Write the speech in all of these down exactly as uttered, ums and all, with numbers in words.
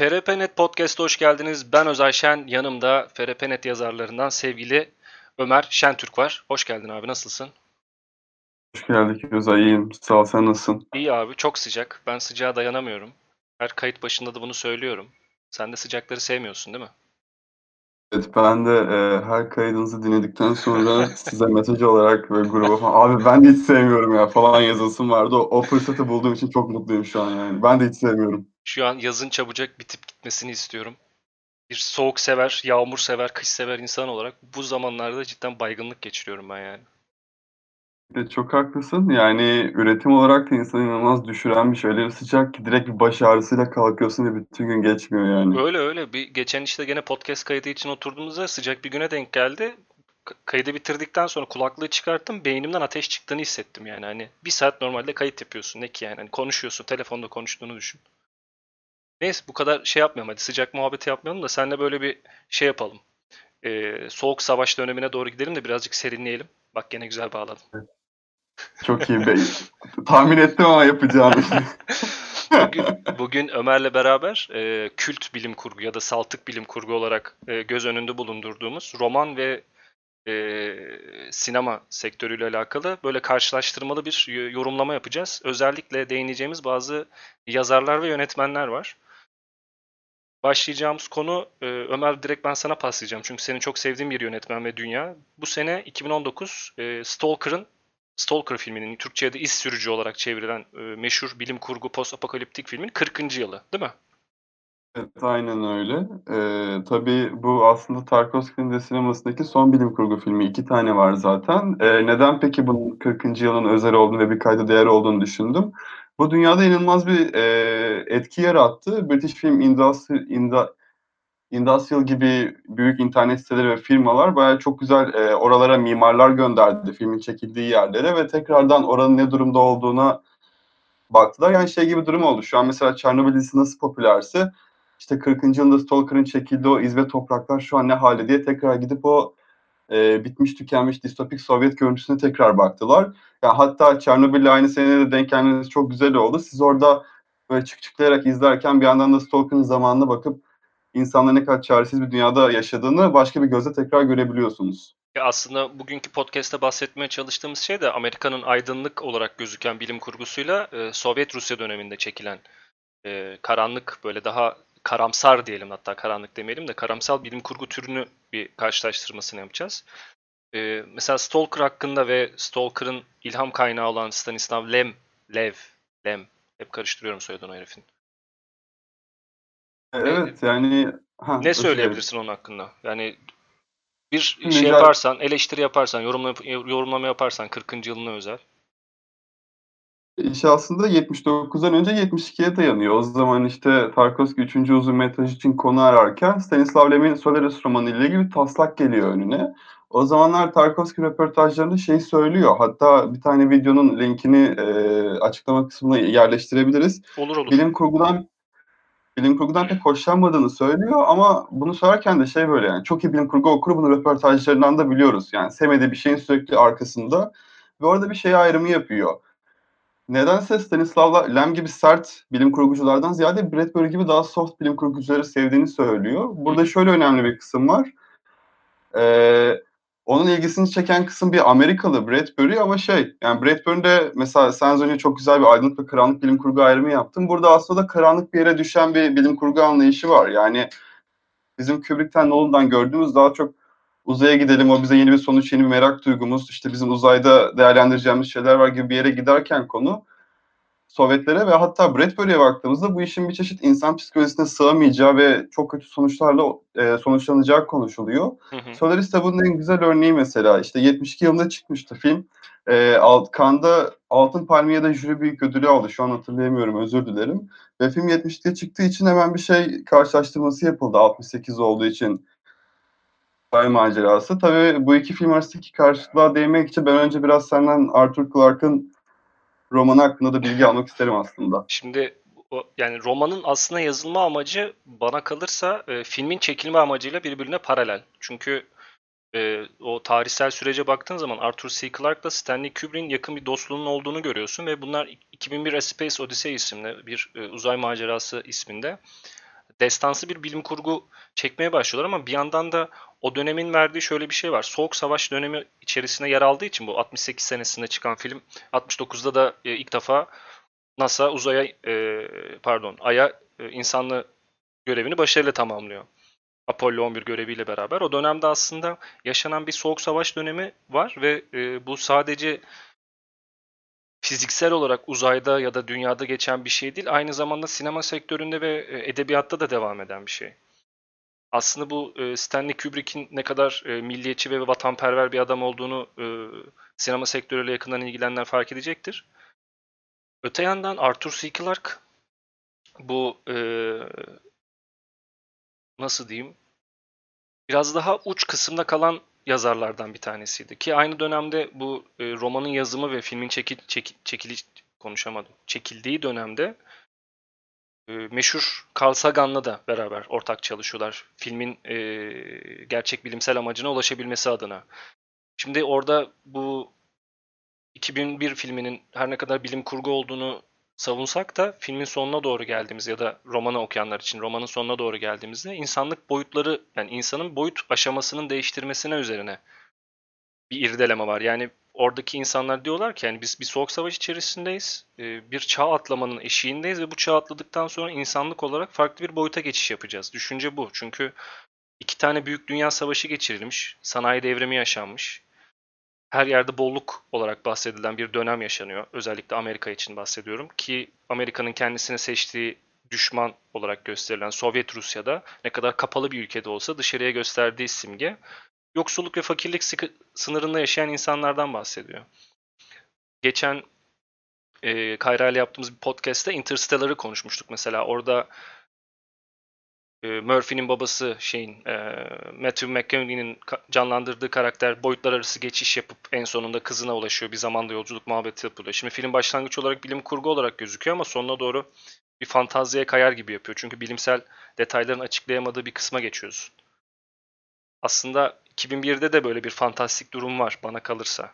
F R P Net Podcast'a hoş geldiniz. Ben Özay Şen, yanımda F R P Net yazarlarından sevgili Ömer Şentürk var. Hoş geldin abi, nasılsın? Hoş geldik Özay. İyiyim. Sağ ol. Sen nasılsın? İyi abi, çok sıcak. Ben sıcağa dayanamıyorum. Her kayıt başında da bunu söylüyorum. Sen de sıcakları sevmiyorsun değil mi? Evet, ben de e, her kaydınızı dinledikten sonra size mesaj olarak böyle gruba falan abi ben de hiç sevmiyorum ya falan yazasım vardı. O, o fırsatı bulduğum için çok mutluyum şu an yani. Ben de hiç sevmiyorum. Şu an yazın çabucak bitip gitmesini istiyorum. Bir soğuk sever, yağmur sever, kış sever insan olarak bu zamanlarda cidden baygınlık geçiriyorum ben yani. Evet, çok haklısın. Yani üretim olarak da insanı inanılmaz düşüren bir şey. Öyle bir sıcak ki direkt bir baş ağrısıyla kalkıyorsun ve bütün gün geçmiyor yani. Öyle öyle. Bir geçen işte gene podcast kaydı için oturduğumuzda sıcak bir güne denk geldi. K- Kaydı bitirdikten sonra kulaklığı çıkarttım. Beynimden ateş çıktığını hissettim yani. Hani bir saat normalde kayıt yapıyorsun. Ne ki yani? Hani konuşuyorsun. Telefonda konuştuğunu düşün. Neyse, bu kadar şey yapmayalım. Hadi sıcak muhabbeti yapmayalım da seninle böyle bir şey yapalım. Ee, soğuk savaş dönemine doğru gidelim de birazcık serinleyelim. Bak, gene güzel bağladım. Çok iyi. Be tahmin ettim ama yapacağını. Bugün bugün Ömer'le beraber e, kült bilim kurgu ya da saltık bilim kurgu olarak e, göz önünde bulundurduğumuz roman ve e, sinema sektörüyle alakalı böyle karşılaştırmalı bir yorumlama yapacağız. Özellikle değineceğimiz bazı yazarlar ve yönetmenler var. Başlayacağımız konu, e, Ömer, direkt ben sana paslayacağım. Çünkü senin çok sevdiğin bir yönetmen ve dünya. Bu sene iki bin on dokuz e, Stalker'ın Stalker filminin Türkçe'de İz Sürücü olarak çevrilen e, meşhur bilim kurgu post-apokaliptik filmin kırkıncı yılı, değil mi? Evet, aynen öyle. Ee, tabii bu aslında Tarkovski'nin de sinemasındaki son bilim kurgu filmi. İki tane var zaten. Hı Ee, hı. neden peki bunun kırkıncı yılın özel olduğunu ve bir kayda değer olduğunu düşündüm. Bu dünyada inanılmaz bir e, etki yarattı. British Film Industry, Inda- Industrial gibi büyük internet siteleri ve firmalar bayağı çok güzel e, oralara mimarlar gönderdi filmin çekildiği yerlere ve tekrardan oranın ne durumda olduğuna baktılar. Yani şey gibi durum oldu. Şu an mesela Çernobil dizisi nasıl popülerse işte kırkıncı yılında Stalker'ın çekildiği o iz ve topraklar şu an ne halde diye tekrar gidip o e, bitmiş tükenmiş distopik Sovyet görüntüsüne tekrar baktılar. Yani hatta Çernobil'le aynı senede denk gelmeniz çok güzel oldu. Siz orada böyle çık çıklayarak izlerken bir yandan da Stalker'ın zamanına bakıp insanların ne kadar çaresiz bir dünyada yaşadığını başka bir gözle tekrar görebiliyorsunuz. Ya aslında bugünkü podcast'te bahsetmeye çalıştığımız şey de Amerika'nın aydınlık olarak gözüken bilim kurgusuyla e, Sovyet Rusya döneminde çekilen e, karanlık, böyle daha karamsar diyelim, hatta karanlık demeyelim de karamsal bilim kurgu türünü bir karşılaştırmasını yapacağız. E, mesela Stalker hakkında ve Stalker'ın ilham kaynağı olan Stanislav Lem, Lev, Lem, hep karıştırıyorum soyadını o herifin. E, Ne, Evet yani ha ne özür dilerim. söyleyebilirsin onun hakkında? Yani bir şey Necat yaparsan, eleştiri yaparsan, yorumlama, yorumlama yaparsan kırkıncı yılına özel. İş aslında yetmiş dokuzdan önce yetmiş ikiye dayanıyor. O zaman işte Tarkovski üçüncü uzun metraj için konu ararken Stanislav Lem'in Solaris romanı ile ilgili bir taslak geliyor önüne. O zamanlar Tarkovski röportajlarında şey söylüyor. Hatta bir tane videonun linkini e, açıklama kısmına yerleştirebiliriz. Olur olur. Bilim kurgudan bilim kurgudan pek hoşlanmadığını söylüyor ama bunu söylerken de şey böyle yani çok iyi bilim kurgu okuru bunu röportajlarından da biliyoruz. Yani sevmediği bir şeyin sürekli arkasında ve orada bir şey ayrımı yapıyor. Nedense Stanislav Lem gibi sert bilim kurguculardan ziyade Bradbury gibi daha soft bilim kurgucuları sevdiğini söylüyor. Hı Burada hı. şöyle önemli bir kısım var. Ee, Onun ilgisini çeken kısım bir Amerikalı Bradbury ama şey yani Bradbury'de mesela sen az önce çok güzel bir aydınlık ve karanlık bilim kurgu ayrımı yaptın. Burada aslında karanlık bir yere düşen bir bilim kurgu anlayışı var. Yani bizim Kubrick'ten Nolan'dan gördüğümüz daha çok uzaya gidelim, o bize yeni bir sonuç, yeni bir merak duygumuz, işte bizim uzayda değerlendireceğimiz şeyler var gibi bir yere giderken konu Sovyetlere ve hatta Bradbury'e baktığımızda bu işin bir çeşit insan psikolojisine sığamayacağı ve çok kötü sonuçlarla e, sonuçlanacağı konuşuluyor. Hı hı. Solaris de bunun en güzel örneği mesela. İşte yetmiş iki yılında çıkmıştı film. E, Alt, Cannes'da Altın Palmiye'de jüri büyük ödülü aldı. Şu an hatırlayamıyorum, özür dilerim. Ve film yetmiş ikide çıktığı için hemen bir şey karşılaştırması yapıldı. altmış sekiz olduğu için Uzay Macerası. Tabii bu iki film arasındaki karşılığa değinmek için ben önce biraz senden Arthur Clarke'ın romanı hakkında da bilgi almak isterim aslında. Şimdi o, yani romanın aslında yazılma amacı bana kalırsa e, filmin çekilme amacıyla birbirine paralel. Çünkü e, o tarihsel sürece baktığın zaman Arthur C. Clarke'la Stanley Kubrick'in yakın bir dostluğunun olduğunu görüyorsun ve bunlar iki bin bir A Space Odyssey isimli bir e, uzay macerası isminde destansı bir bilim kurgu çekmeye başlıyorlar ama bir yandan da o dönemin verdiği şöyle bir şey var. Soğuk Savaş dönemi içerisine yer aldığı için bu altmış sekiz senesinde çıkan film, altmış dokuzda da e, ilk defa NASA uzaya e, pardon Ay'a e, insanlı görevini başarıyla tamamlıyor. Apollo on bir göreviyle beraber. O dönemde aslında yaşanan bir soğuk savaş dönemi var ve e, bu sadece fiziksel olarak uzayda ya da dünyada geçen bir şey değil, aynı zamanda sinema sektöründe ve e, edebiyatta da devam eden bir şey. Aslında bu e, Stanley Kubrick'in ne kadar e, milliyetçi ve vatanperver bir adam olduğunu e, sinema sektörüyle yakından ilgilenenler fark edecektir. Öte yandan Arthur C. Clarke bu e, nasıl diyeyim biraz daha uç kısımda kalan yazarlardan bir tanesiydi. Ki aynı dönemde bu e, romanın yazımı ve filmin çekil, çekil, çekili konuşamadım. Çekildiği dönemde e, meşhur Carl Sagan'la da beraber ortak çalışıyorlar. Filmin e, gerçek bilimsel amacına ulaşabilmesi adına. Şimdi orada bu iki bin bir filminin her ne kadar bilim kurgu olduğunu savunsak da filmin sonuna doğru geldiğimiz ya da romanı okuyanlar için romanın sonuna doğru geldiğimizde insanlık boyutları yani insanın boyut aşamasının değiştirmesine üzerine bir irdeleme var. Yani oradaki insanlar diyorlar ki yani biz bir soğuk savaş içerisindeyiz. e, Bir çağ atlamanın eşiğindeyiz ve bu çağ atladıktan sonra insanlık olarak farklı bir boyuta geçiş yapacağız. Düşünce bu. Çünkü iki tane büyük dünya savaşı geçirilmiş. Sanayi devrimi yaşanmış. Her yerde bolluk olarak bahsedilen bir dönem yaşanıyor. Özellikle Amerika için bahsediyorum ki Amerika'nın kendisine seçtiği düşman olarak gösterilen Sovyet Rusya'da ne kadar kapalı bir ülkede olsa dışarıya gösterdiği simge yoksulluk ve fakirlik sınırında yaşayan insanlardan bahsediyor. Geçen e, Kayra ile yaptığımız bir podcast'te Interstellar'ı konuşmuştuk mesela. Orada e, Murphy'nin babası şeyin e, Matthew McConaughey'nin canlandırdığı karakter boyutlar arası geçiş yapıp en sonunda kızına ulaşıyor. Bir zamanda yolculuk muhabbeti yapılıyor. Şimdi film başlangıç olarak bilim kurgu olarak gözüküyor ama sonuna doğru bir fantaziye kayar gibi yapıyor. Çünkü bilimsel detayların açıklayamadığı bir kısma geçiyoruz. Aslında iki bin birde de böyle bir fantastik durum var bana kalırsa.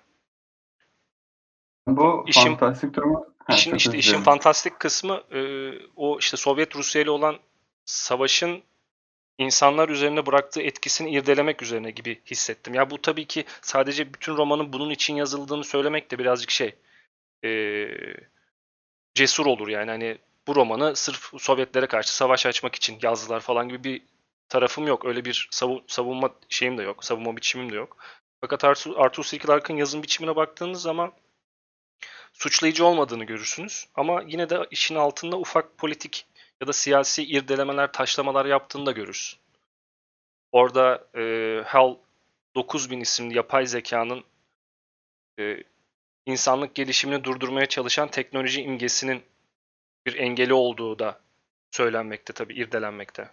Bu İşin fantastik durumu... Ha, işin çok işte özür işin dilerim. fantastik kısmı e, o işte Sovyet Rusya ile olan savaşın insanlar üzerine bıraktığı etkisini irdelemek üzerine gibi hissettim. Ya bu tabii ki sadece bütün romanın bunun için yazıldığını söylemek de birazcık şey e, cesur olur yani hani bu romanı sırf Sovyetlere karşı savaş açmak için yazdılar falan gibi bir tarafım yok. Öyle bir savun, savunma şeyim de yok. Savunma biçimim de yok. Fakat Arthur, Arthur C. Clarke'ın yazım biçimine baktığınız zaman suçlayıcı olmadığını görürsünüz. Ama yine de işin altında ufak politik ya da siyasi irdelemeler, taşlamalar yaptığını da görürsün. Orada e, HAL dokuz bin isimli yapay zekanın e, insanlık gelişimini durdurmaya çalışan teknoloji imgesinin bir engeli olduğu da söylenmekte tabii, irdelenmekte.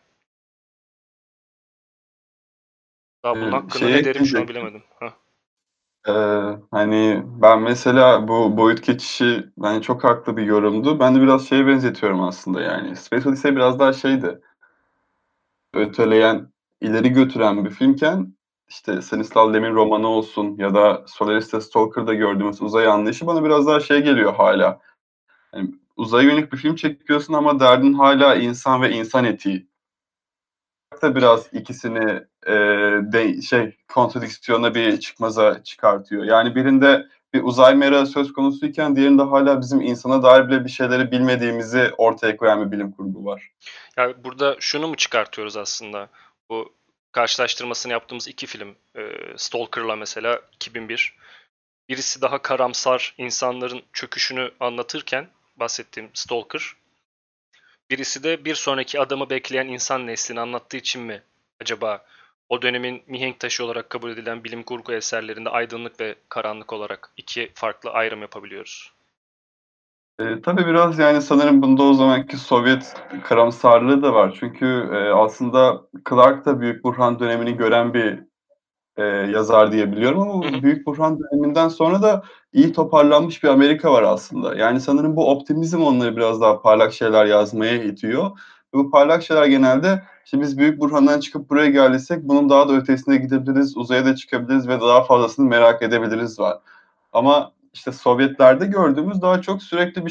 Daha bunun Ee, hakkında şeyi ne derim şu an ekleyecektim. bilemedim. Hah. Ee, hani ben mesela bu boyut geçişi bence çok haklı bir yorumdu. Ben de biraz şeye benzetiyorum aslında yani. Space Odyssey biraz daha şeydi. Öteleyen, ileri götüren bir filmken işte Stanislav Lem'in romanı olsun ya da Solaris'te Stalker'da gördüğümüz uzay anlayışı bana biraz daha şey geliyor hala. Yani uzaya yönelik bir film çekiyorsun ama derdin hala insan ve insan etiği. Da biraz ikisini e, de, şey kontradiksiyona bir çıkmaza çıkartıyor. Yani birinde bir uzay merakı söz konusuyken diğerinde hala bizim insana dair bile bir şeyleri bilmediğimizi ortaya koyan bir bilim kurgu var. Yani burada şunu mu çıkartıyoruz aslında? Bu karşılaştırmasını yaptığımız iki film, e, Stalker'la mesela iki bin bir. Birisi daha karamsar insanların çöküşünü anlatırken bahsettiğim Stalker. Birisi de bir sonraki adamı bekleyen insan neslini anlattığı için mi acaba o dönemin mihenk taşı olarak kabul edilen bilim kurgu eserlerinde aydınlık ve karanlık olarak iki farklı ayrım yapabiliyoruz? E, tabii biraz yani sanırım bunda o zamanki Sovyet karamsarlığı da var. Çünkü e, aslında Clark da Büyük Burhan dönemini gören bir e, yazar diye biliyorum ama Hı hı. bu Büyük Burhan döneminden sonra da iyi toparlanmış bir Amerika var aslında. Yani sanırım bu optimizm onları biraz daha parlak şeyler yazmaya itiyor. Ve bu parlak şeyler genelde işte biz Büyük Burhan'dan çıkıp buraya geldiysek bunun daha da ötesine gidebiliriz, uzaya da çıkabiliriz ve daha fazlasını merak edebiliriz var. Ama işte Sovyetlerde gördüğümüz daha çok sürekli bir şey.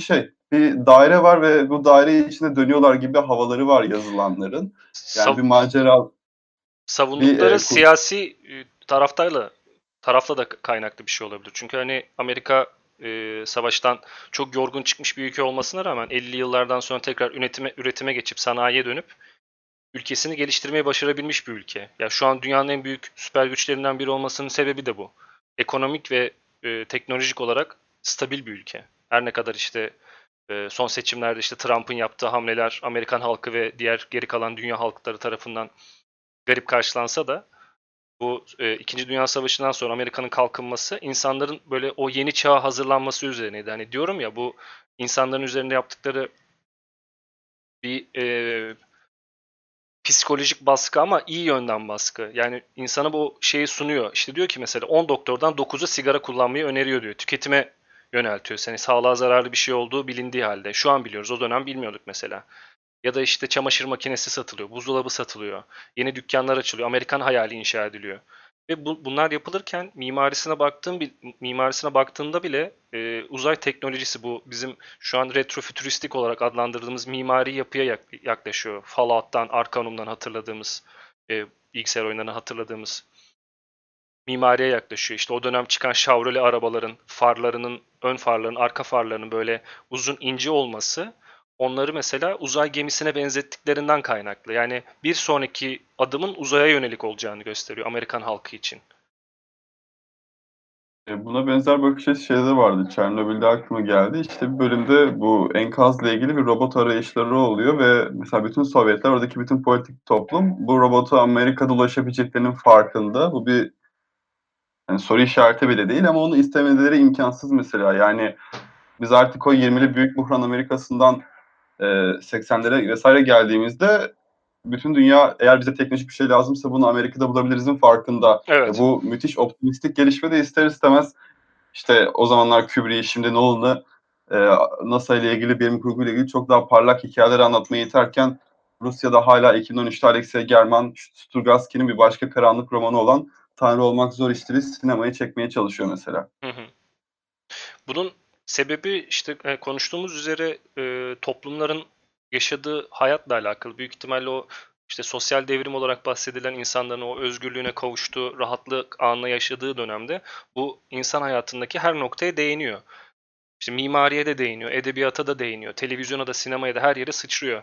bir daire var ve bu daire içinde dönüyorlar gibi havaları var yazılanların. Yani Sav bir macera, bir savundukları e, kur- siyasi e, taraftayla tarafla da kaynaklı bir şey olabilir. Çünkü hani Amerika e, savaştan çok yorgun çıkmış bir ülke olmasına rağmen elli yıllardan sonra tekrar üretime üretime geçip sanayiye dönüp ülkesini geliştirmeyi başarabilmiş bir ülke. Ya şu an dünyanın en büyük süper güçlerinden biri olmasının sebebi de bu. Ekonomik ve e, teknolojik olarak stabil bir ülke. Her ne kadar işte e, son seçimlerde işte Trump'ın yaptığı hamleler Amerikan halkı ve diğer geri kalan dünya halkları tarafından garip karşılansa da bu e, İkinci Dünya Savaşı'ndan sonra Amerika'nın kalkınması insanların böyle o yeni çağa hazırlanması üzerineydi. Hani diyorum ya bu insanların üzerinde yaptıkları bir e, psikolojik baskı ama iyi yönden baskı. Yani insana bu şeyi sunuyor. İşte diyor ki mesela on doktordan dokuzu sigara kullanmayı öneriyor diyor. Tüketime yöneltiyor seni. Sağlığa zararlı bir şey olduğu bilindiği halde. Şu an biliyoruz. O dönem bilmiyorduk mesela. Ya da işte çamaşır makinesi satılıyor, buzdolabı satılıyor, yeni dükkanlar açılıyor, Amerikan hayali inşa ediliyor. Ve bu, bunlar yapılırken mimarisine baktığım mimarisine baktığında bile e, uzay teknolojisi bu bizim şu an retrofütüristik olarak adlandırdığımız mimari yapıya yak- yaklaşıyor. Fallout'tan, Arkhanum'dan hatırladığımız, e, bilgisayar oyunlarını hatırladığımız mimariye yaklaşıyor. İşte o dönem çıkan Chevrolet arabaların farlarının, ön farlarının, arka farlarının böyle uzun ince olması onları mesela uzay gemisine benzettiklerinden kaynaklı. Yani bir sonraki adımın uzaya yönelik olacağını gösteriyor Amerikan halkı için. e, buna benzer bakış açısı şeyde vardı. Çernobil'de aklıma geldi. İşte bir bölümde bu enkazla ilgili bir robot arayışları oluyor ve mesela bütün Sovyetler, oradaki bütün politik toplum bu robotu Amerika'da ulaşabileceklerinin farkında. Bu bir yani soru işareti bile değil ama onu istemeleri imkansız mesela. Yani biz artık o yirmili büyük buhran Amerika'sından e, seksenlere vesaire geldiğimizde bütün dünya eğer bize teknolojik bir şey lazımsa bunu Amerika'da bulabilirizin farkında. Ve Evet. bu müthiş optimistik gelişme de ister istemez işte o zamanlar Kubrick'i, şimdi Nolan'ı e, NASA ile ilgili, bilim kurgu ile ilgili çok daha parlak hikayeler anlatmaya yeterken Rusya'da hala iki bin on üçte Alexey German, Sturgavski'nin bir başka karanlık romanı olan Tanrı Olmak Zor İşleri sinemaya çekmeye çalışıyor mesela. Hı hı. Bunun sebebi işte e, konuştuğumuz üzere e, toplumların yaşadığı hayatla alakalı. Büyük ihtimalle o işte sosyal devrim olarak bahsedilen insanların o özgürlüğüne kavuştuğu, rahatlık anına yaşadığı dönemde bu insan hayatındaki her noktaya değiniyor. İşte mimariye de değiniyor, edebiyata da değiniyor, televizyona da, sinemaya da her yere sıçrıyor.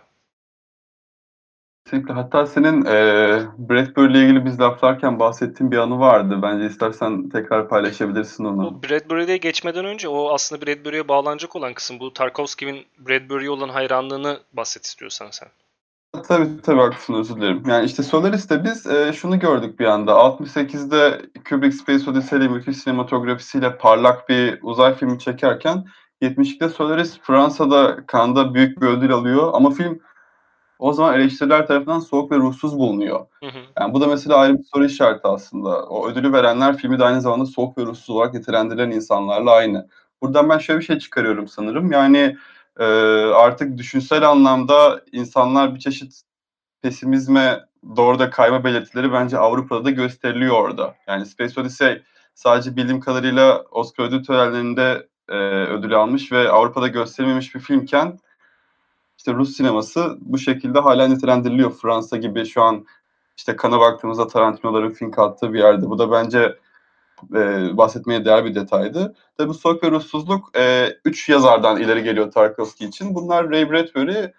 Kesinlikle. Hatta senin eee Bradbury ile ilgili biz laflarken bahsettiğin bir anı vardı. Bence istersen tekrar paylaşabilirsin O onu. Bradbury'ye geçmeden önce o aslında Bradbury'ye bağlanacak olan kısım bu Tarkovski'nin Bradbury'ye olan hayranlığını bahset istiyorsan sen. Tabii tabii haklısın, özür dilerim. Yani işte Solaris'te biz eee, şunu gördük bir anda. altmış sekizde Kubrick Space Odyssey ile müthiş sinematografisiyle parlak bir uzay filmi çekerken yetmiş ikide Solaris Fransa'da Cannes'da büyük bir ödül alıyor ama film o zaman eleştiriler tarafından soğuk ve ruhsuz bulunuyor. Hı hı. Yani bu da mesela ayrı bir soru işareti aslında. O ödülü verenler filmi de aynı zamanda soğuk ve ruhsuz olarak nitelendiren insanlarla aynı. Buradan ben şöyle bir şey çıkarıyorum sanırım. Yani e, artık düşünsel anlamda insanlar bir çeşit pesimizme doğru da kayma belirtileri bence Avrupa'da da gösteriliyor orada. Yani Space Odyssey sadece bildiğim kadarıyla Oscar ödül törenlerinde e, ödül almış ve Avrupa'da gösterilmemiş bir filmken işte Rus sineması bu şekilde hala nitelendiriliyor. Fransa gibi şu an işte kana baktığımızda Tarantino'ların fink attığı bir yerde. Bu da bence e, bahsetmeye değer bir detaydı. Tabii bu soğuk ve ruhsuzluk e, üç yazardan ileri geliyor Tarkovski için. Bunlar Ray Bradbury,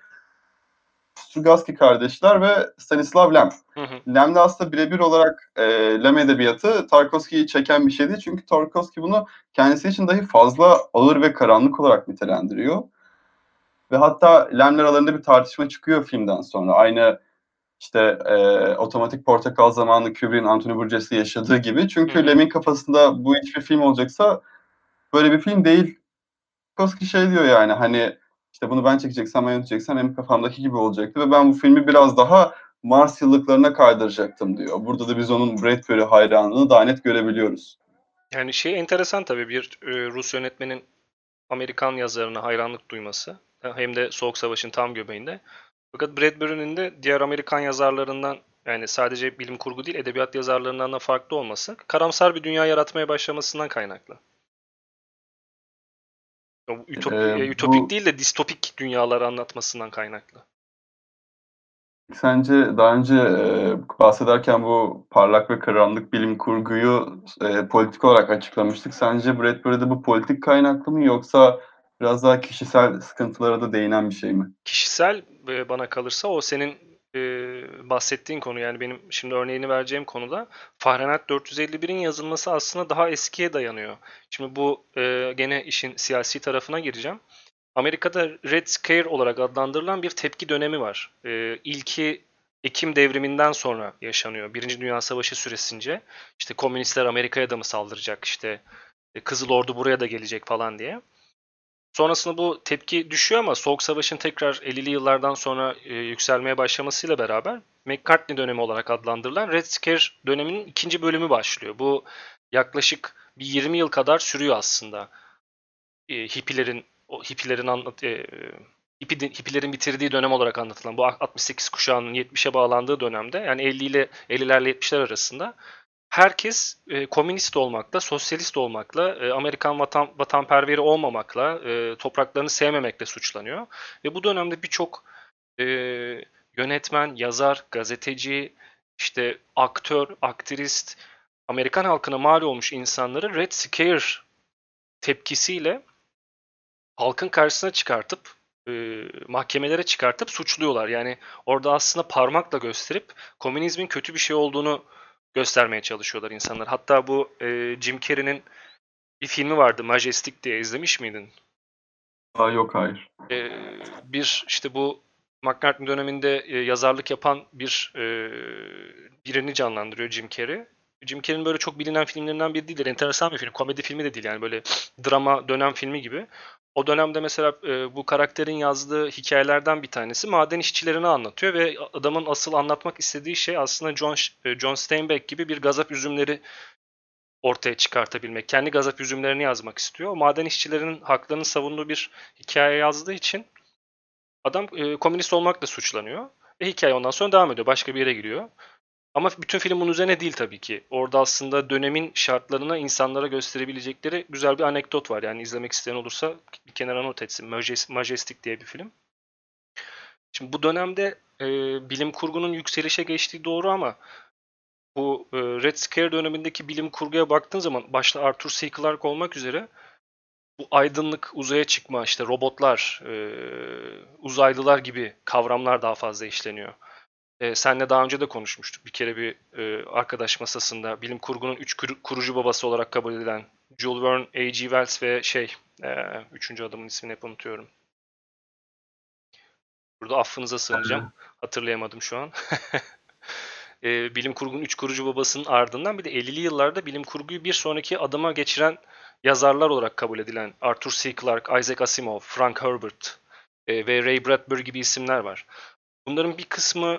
Strugatsky kardeşler ve Stanislav Lem. Hı hı. Lem de aslında birebir olarak e, Lem edebiyatı Tarkovski'yi çeken bir şey değil. Çünkü Tarkovski bunu kendisi için dahi fazla ağır ve karanlık olarak nitelendiriyor. Ve hatta Lem'le aralarında bir tartışma çıkıyor filmden sonra. Aynı işte e, Otomatik Portakal zamanı Kubrick'in Anthony Burgess'le yaşadığı gibi. Hı Çünkü hı. Lem'in kafasında bu hiçbir film olacaksa böyle bir film değil. Koski şey diyor yani hani işte bunu ben çekeceksem, ben yöneteceksem benim kafamdaki gibi olacaktı ve ben bu filmi biraz daha Mars yıllıklarına kaydıracaktım diyor. Burada da biz onun Bradbury hayranlığını daha net görebiliyoruz. Yani şey enteresan tabii bir e, Rus yönetmenin Amerikan yazarına hayranlık duyması. Hem de Soğuk Savaş'ın tam göbeğinde. Fakat Bradbury'nin de diğer Amerikan yazarlarından yani sadece bilim kurgu değil edebiyat yazarlarından da farklı olması karamsar bir dünya yaratmaya başlamasından kaynaklı. Ütop, Ee, e, ütopik bu değil de distopik dünyaları anlatmasından kaynaklı. Sence daha önce e, bahsederken bu parlak ve karanlık bilim kurguyu e, politik olarak açıklamıştık. Sence Brad Bird'de bu politik kaynaklı mı yoksa biraz daha kişisel sıkıntılara da değinen bir şey mi? Kişisel e, bana kalırsa o senin e, bahsettiğin konu, yani benim şimdi örneğini vereceğim konuda Fahrenheit dört yüz elli birin yazılması aslında daha eskiye dayanıyor. Şimdi bu e, gene işin siyasi tarafına gireceğim. Amerika'da Red Scare olarak adlandırılan bir tepki dönemi var. E, ilki Ekim devriminden sonra yaşanıyor. Birinci Dünya Savaşı süresince işte komünistler Amerika'ya da mı saldıracak, işte e, Kızıl Ordu buraya da gelecek falan diye. Sonrasında bu tepki düşüyor ama Soğuk Savaş'ın tekrar ellili yıllardan sonra e, yükselmeye başlamasıyla beraber McCartney dönemi olarak adlandırılan Red Scare döneminin ikinci bölümü başlıyor. Bu yaklaşık bir yirmi yıl kadar sürüyor aslında. E, hippilerin o hippilerin anlat e, hippi, hippilerin bitirdiği dönem olarak anlatılan bu altmış sekiz kuşağının yetmişe bağlandığı dönemde, yani elli ile ellilerle yetmişler arasında herkes e, komünist olmakla, sosyalist olmakla, e, Amerikan vatan, vatanperveri olmamakla, e, topraklarını sevmemekle suçlanıyor. Ve bu dönemde birçok e, yönetmen, yazar, gazeteci, işte aktör, aktrist, Amerikan halkına mal olmuş insanları Red Scare tepkisiyle halkın karşısına çıkartıp e, mahkemelere çıkartıp suçluyorlar. Yani orada aslında parmakla gösterip komünizmin kötü bir şey olduğunu göstermeye çalışıyorlar insanlar. Hatta bu e, Jim Carrey'nin bir filmi vardı, Majestic diye, izlemiş miydin? Aa, yok, hayır. E, bir işte bu McCartney döneminde e, yazarlık yapan bir e, birini canlandırıyor Jim Carrey. Jim Carrey'nin böyle çok bilinen filmlerinden biri değildir. Enteresan bir film. Komedi filmi de değil, yani böyle drama dönem filmi gibi. O dönemde mesela e, bu karakterin yazdığı hikayelerden bir tanesi maden işçilerini anlatıyor ve adamın asıl anlatmak istediği şey aslında John, e, John Steinbeck gibi bir gazap üzümleri ortaya çıkartabilmek. Kendi gazap üzümlerini yazmak istiyor. O maden işçilerinin haklarını savunduğu bir hikaye yazdığı için adam e, komünist olmakla suçlanıyor. Ve hikaye ondan sonra devam ediyor. Başka bir yere giriyor. Ama bütün film bunun üzerine değil tabii ki. Orada aslında dönemin şartlarına insanlara gösterebilecekleri güzel bir anekdot var. Yani izlemek isteyen olursa bir kenara not etsin. Majestic diye bir film. Şimdi bu dönemde e, bilim kurgunun yükselişe geçtiği doğru ama bu e, Red Scare dönemindeki bilim kurguya baktığın zaman başta Arthur C. Clarke olmak üzere bu aydınlık, uzaya çıkma, işte robotlar, e, uzaylılar gibi kavramlar daha fazla işleniyor. E, senle daha önce de konuşmuştuk. Bir kere bir e, arkadaş masasında bilim kurgunun üç kurucu babası olarak kabul edilen Jules Verne, A G. Wells ve şey, e, üçüncü adamın ismini hep unutuyorum. Burada affınıza sığınacağım. Hatırlayamadım şu an. e, bilim kurgunun üç kurucu babasının ardından bir de ellili yıllarda bilim kurguyu bir sonraki adıma geçiren yazarlar olarak kabul edilen Arthur C. Clarke, Isaac Asimov, Frank Herbert e, ve Ray Bradbury gibi isimler var. Bunların bir kısmı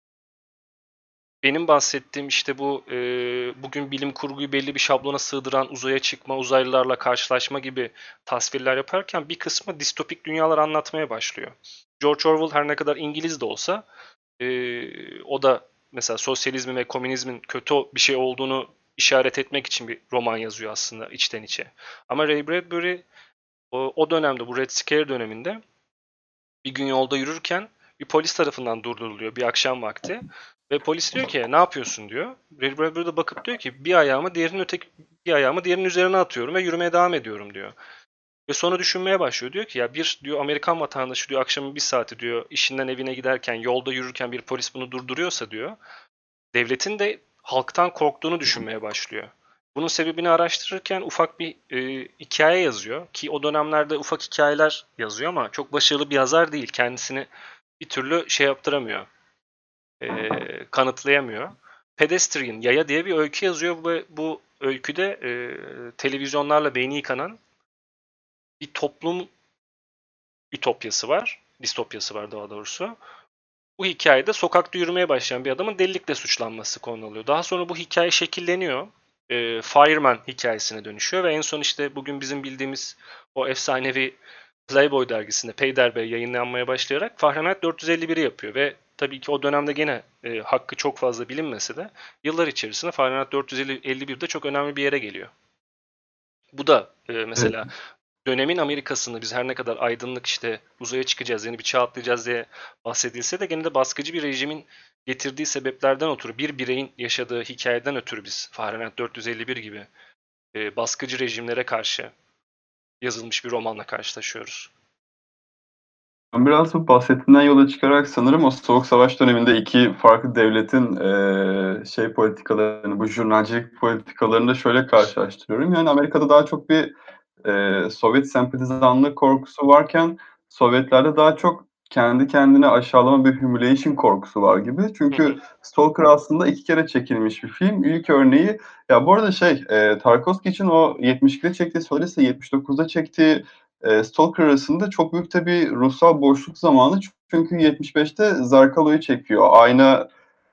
benim bahsettiğim işte bu e, bugün bilim kurguyu belli bir şablona sığdıran uzaya çıkma, uzaylılarla karşılaşma gibi tasvirler yaparken bir kısmı distopik dünyalar anlatmaya başlıyor. George Orwell her ne kadar İngiliz de olsa e, o da mesela sosyalizmin ve komünizmin kötü bir şey olduğunu işaret etmek için bir roman yazıyor aslında içten içe. Ama Ray Bradbury o, o dönemde, bu Red Scare döneminde bir gün yolda yürürken bir polis tarafından durduruluyor bir akşam vakti. Ve polis diyor ki ne yapıyorsun diyor. Ray Bradbury de bakıp diyor ki bir ayağımı diğerinin öteki bir ayağımı diğerinin üzerine atıyorum ve yürümeye devam ediyorum diyor. Ve sonra düşünmeye başlıyor. Diyor ki ya bir diyor Amerikan vatandaşı diyor akşamın bir saati diyor işinden evine giderken yolda yürürken bir polis bunu durduruyorsa diyor devletin de halktan korktuğunu düşünmeye başlıyor. Bunun sebebini araştırırken ufak bir e, hikaye yazıyor ki o dönemlerde ufak hikayeler yazıyor ama çok başarılı bir yazar değil. Kendisini bir türlü şey yaptıramıyor, e, kanıtlayamıyor. Pedestrian, Yaya diye bir öykü yazıyor ve bu öyküde e, televizyonlarla beyni yıkanan bir toplum ütopyası var, distopyası var daha doğrusu. Bu hikayede sokakta yürümeye başlayan bir adamın delilikle suçlanması konu oluyor. Daha sonra bu hikaye şekilleniyor. E, Fireman hikayesine dönüşüyor ve en son işte bugün bizim bildiğimiz o efsanevi Playboy dergisinde Peyderpey yayınlanmaya başlayarak Fahrenheit dört yüz elli bir'i yapıyor ve tabii ki o dönemde gene e, hakkı çok fazla bilinmese de yıllar içerisinde Fahrenheit dört yüz elli bir'de çok önemli bir yere geliyor. Bu da e, Evet. mesela dönemin Amerika'sını biz her ne kadar aydınlık işte uzaya çıkacağız, yeni bir çağ atlayacağız diye bahsedilse de gene de baskıcı bir rejimin getirdiği sebeplerden ötürü bir bireyin yaşadığı hikayeden ötürü biz Fahrenheit dört yüz elli bir gibi e, baskıcı rejimlere karşı yazılmış bir romanla karşılaşıyoruz. Ben biraz bu bahsettiğinden yola çıkarak sanırım o Soğuk Savaş döneminde iki farklı devletin eee, şey politikalarını, bu jurnalcilik politikalarını da şöyle karşılaştırıyorum. Yani Amerika'da daha çok bir eee, Sovyet sempatizanlığı korkusu varken Sovyetlerde daha çok kendi kendine aşağılama bir humiliation korkusu var gibi. Hı Çünkü hı, Stalker aslında iki kere çekilmiş bir film. İlk örneği ya bu arada şey eee Tarkovski için o yetmiş ikide çektiği Solaris'le yetmiş dokuzda çektiği Eee, Stalker arasında çok büyük tabii ruhsal boşluk zamanı çünkü yetmiş beşte Zarkalo'yu çekiyor. Ayna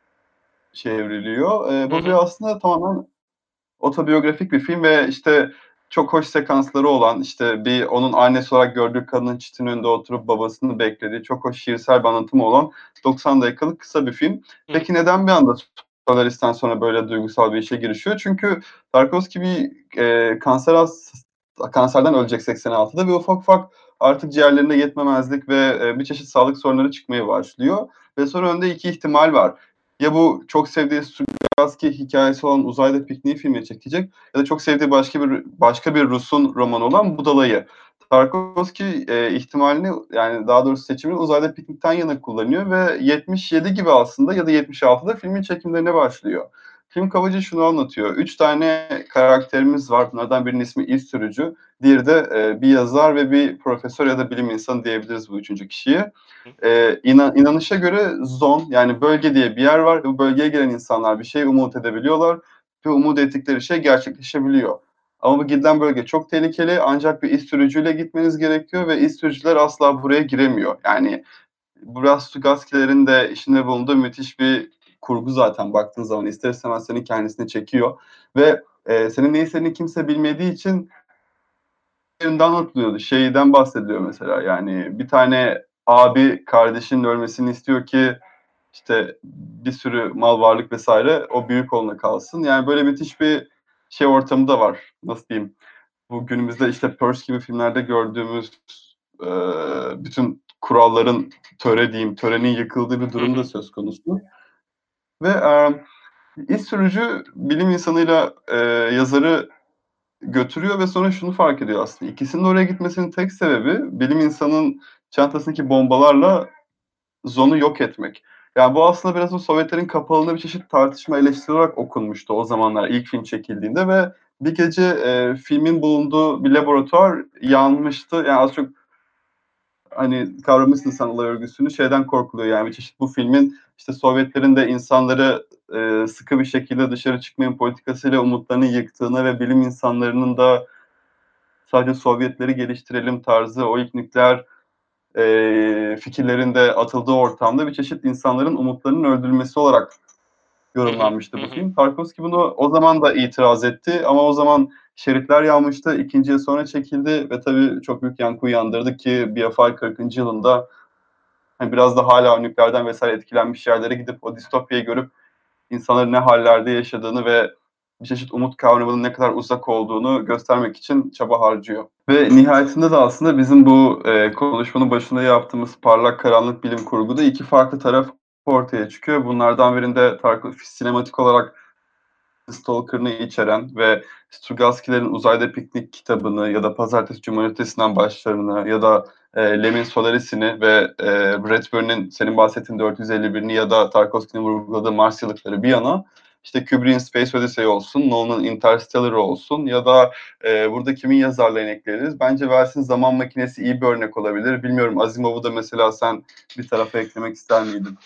çevriliyor. Eee, hı bu hı, bir aslında tamamen otobiyografik bir film ve işte çok hoş sekansları olan, işte bir onun annesi olarak gördüğü kadının çitin önünde oturup babasını beklediği çok hoş şiirsel bir anlatımı olan doksan dakikalık kısa bir film. hı hı, Peki neden bir anda Solaris'ten sonra böyle duygusal bir işe girişiyor? Çünkü Tarkovski bir eee, kanser has kanserden ölecek seksen altıda ve ufak ufak artık ciğerlerine yetmemezlik ve eee, bir çeşit sağlık sorunları çıkmaya başlıyor ve sonra önünde iki ihtimal var. Ya bu çok sevdiği Strugatsky hikâyesi olan Uzayda Pikniği filmini çekecek ya da çok sevdiği başka bir başka bir Rus'un romanı olan Budala'yı. Tarkovski eee, ihtimalini yani daha doğrusu seçimini Uzayda Piknik'ten yana kullanıyor ve yetmiş yedi gibi aslında ya da yetmiş altıda filmin çekimlerine başlıyor. Film kabaca şunu anlatıyor. Üç tane karakterimiz var. Bunlardan birinin ismi İz Sürücü. Diğeri de eee, bir yazar ve bir profesör ya da bilim insanı diyebiliriz bu üçüncü kişiye. hı Eee inan, inanışa göre zon yani bölge diye bir yer var ve bu bölgeye gelen insanlar bir şey umut edebiliyorlar ve umut ettikleri şey gerçekleşebiliyor. Ama bu gidilen bölge çok tehlikeli ancak bir iz sürücüyle gitmeniz gerekiyor ve iz sürücüler asla buraya giremiyor. Yani biraz Stugatski'lerin de içinde bulunduğu müthiş bir kurgu zaten baktığın zaman ister istemez seni kendisine çekiyor ve eee, senin ne istediğini kimse bilmediği için yerinde anlatılıyordu. Şeyden bahsediliyor mesela yani bir tane abi kardeşinin ölmesini istiyor ki işte bir sürü mal varlık vesaire o büyük oğluna kalsın. Yani böyle müthiş bir şey ortamı da var. Nasıl diyeyim? Bu günümüzde işte Purge gibi filmlerde gördüğümüz eee, bütün kuralların töre diyeyim, törenin yıkıldığı bir hı, durum da hı söz konusu. Ve eee İş sürücü bilim insanıyla eee, yazarı götürüyor ve sonra şunu fark ediyor aslında. İkisinin oraya gitmesinin tek sebebi bilim insanının çantasındaki bombalarla Zon'u yok etmek. Yani bu aslında biraz o Sovyetlerin kapalılığında bir çeşit tartışma eleştiri olarak okunmuştu o zamanlar ilk film çekildiğinde ve bir gece e, filmin bulunduğu bir laboratuvar yanmıştı. Yani az çok hani kavramışsın sen olay örgüsünü şeyden korkuluyor yani bir çeşit bu filmin işte Sovyetlerin de insanları e, sıkı bir şekilde dışarı çıkmayın politikasıyla umutlarını yıktığını ve bilim insanlarının da sadece Sovyetleri geliştirelim tarzı o ilk nükleer e, fikirlerin de atıldığı ortamda bir çeşit insanların umutlarının öldürülmesi olarak hı, hı yorumlanmıştı hı, bu hı. film. Tarkovski bunu o zaman da itiraz etti ama o zaman şeritler yanmıştı. İkinci yıl sonra çekildi ve tabii çok büyük yankı uyandırdı ki B F I kırkıncı yılında hani biraz da hala nükleerden vesaire etkilenmiş yerlere gidip o distopyayı görüp insanların ne hallerde yaşadığını ve bir çeşit umut kavramının ne kadar uzak olduğunu göstermek için çaba harcıyor. Ve nihayetinde de aslında bizim bu e, konuşmanın başında yaptığımız parlak karanlık bilim kurguda iki farklı taraf ortaya çıkıyor. Bunlardan birinde Tarkov sinematik olarak Stalker'ını içeren ve Strugatsky'lerin Uzayda Piknik kitabını ya da Pazartesi Cumartesi'nden başlarını ya da e, Lem'in Solaris'ini ve e, Bradbury'nin senin bahsettiğin dört yüz elli birini ya da Tarkovski'nin vurguladığı Marsyalıkları bir yana işte Kubrick'in Space Odyssey olsun, Nolan'ın Interstellar olsun ya da e, burada kimin yazarlarını ekleriz? Bence Wells'in Zaman Makinesi iyi bir örnek olabilir. Bilmiyorum Asimov'u da mesela sen bir tarafa eklemek ister miydin?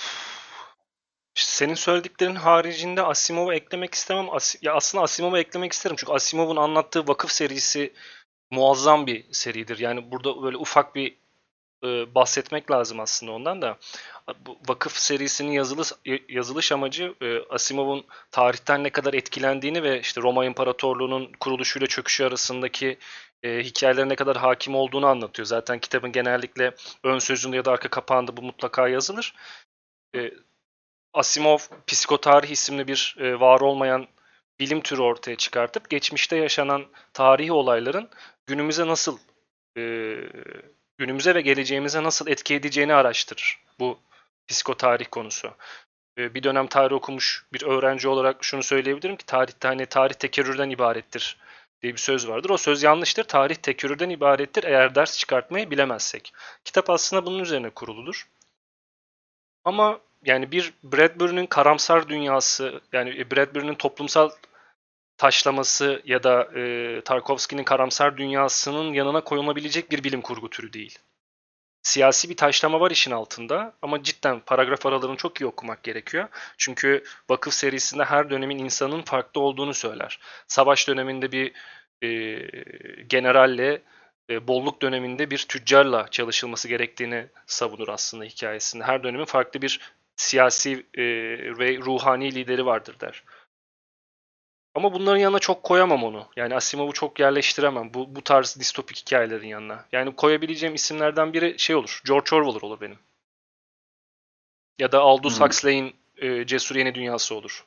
Senin söylediklerin haricinde Asimov'u eklemek istemem. As ya aslında Asimov'u eklemek isterim. Çünkü Asimov'un anlattığı vakıf serisi muazzam bir seridir. Yani burada böyle ufak bir e, bahsetmek lazım aslında ondan da. Bu vakıf serisinin yazılış, yazılış amacı e, Asimov'un tarihten ne kadar etkilendiğini ve işte Roma İmparatorluğu'nun kuruluşuyla çöküşü arasındaki e, hikayelere ne kadar hakim olduğunu anlatıyor. Zaten kitabın genellikle ön sözünde ya da arka kapağında bu mutlaka yazılır. E, Asimov Psikotarih isimli bir e, var olmayan bilim türü ortaya çıkartıp geçmişte yaşanan tarihi olayların günümüze nasıl e, günümüze ve geleceğimize nasıl etki edeceğini araştırır bu psikotarih konusu. E, bir dönem tarih okumuş bir öğrenci olarak şunu söyleyebilirim ki tarihte hani tarih tekerrürden ibarettir diye bir söz vardır. O söz yanlıştır. Tarih tekerrürden ibarettir eğer ders çıkartmayı bilemezsek. Kitap aslında bunun üzerine kuruludur. Ama yani bir Bradbury'nin karamsar dünyası, yani Bradbury'nin toplumsal taşlaması ya da e, Tarkovski'nin karamsar dünyasının yanına koyulabilecek bir bilim kurgu türü değil. Siyasi bir taşlama var işin altında ama cidden paragraf aralarını çok iyi okumak gerekiyor. Çünkü Vakıf serisinde her dönemin insanın farklı olduğunu söyler. Savaş döneminde bir e, generalle, e, bolluk döneminde bir tüccarla çalışılması gerektiğini savunur aslında hikayesinde. Her dönemin farklı bir siyasi e, ve ruhani lideri vardır der. Ama bunların yanına çok koyamam onu. Yani Asimov'u çok yerleştiremem bu, bu tarz distopik hikayelerin yanına. Yani koyabileceğim isimlerden biri şey olur. George Orwell olur benim. Ya da Aldous Hmm. Huxley'in e, Cesur Yeni Dünyası olur.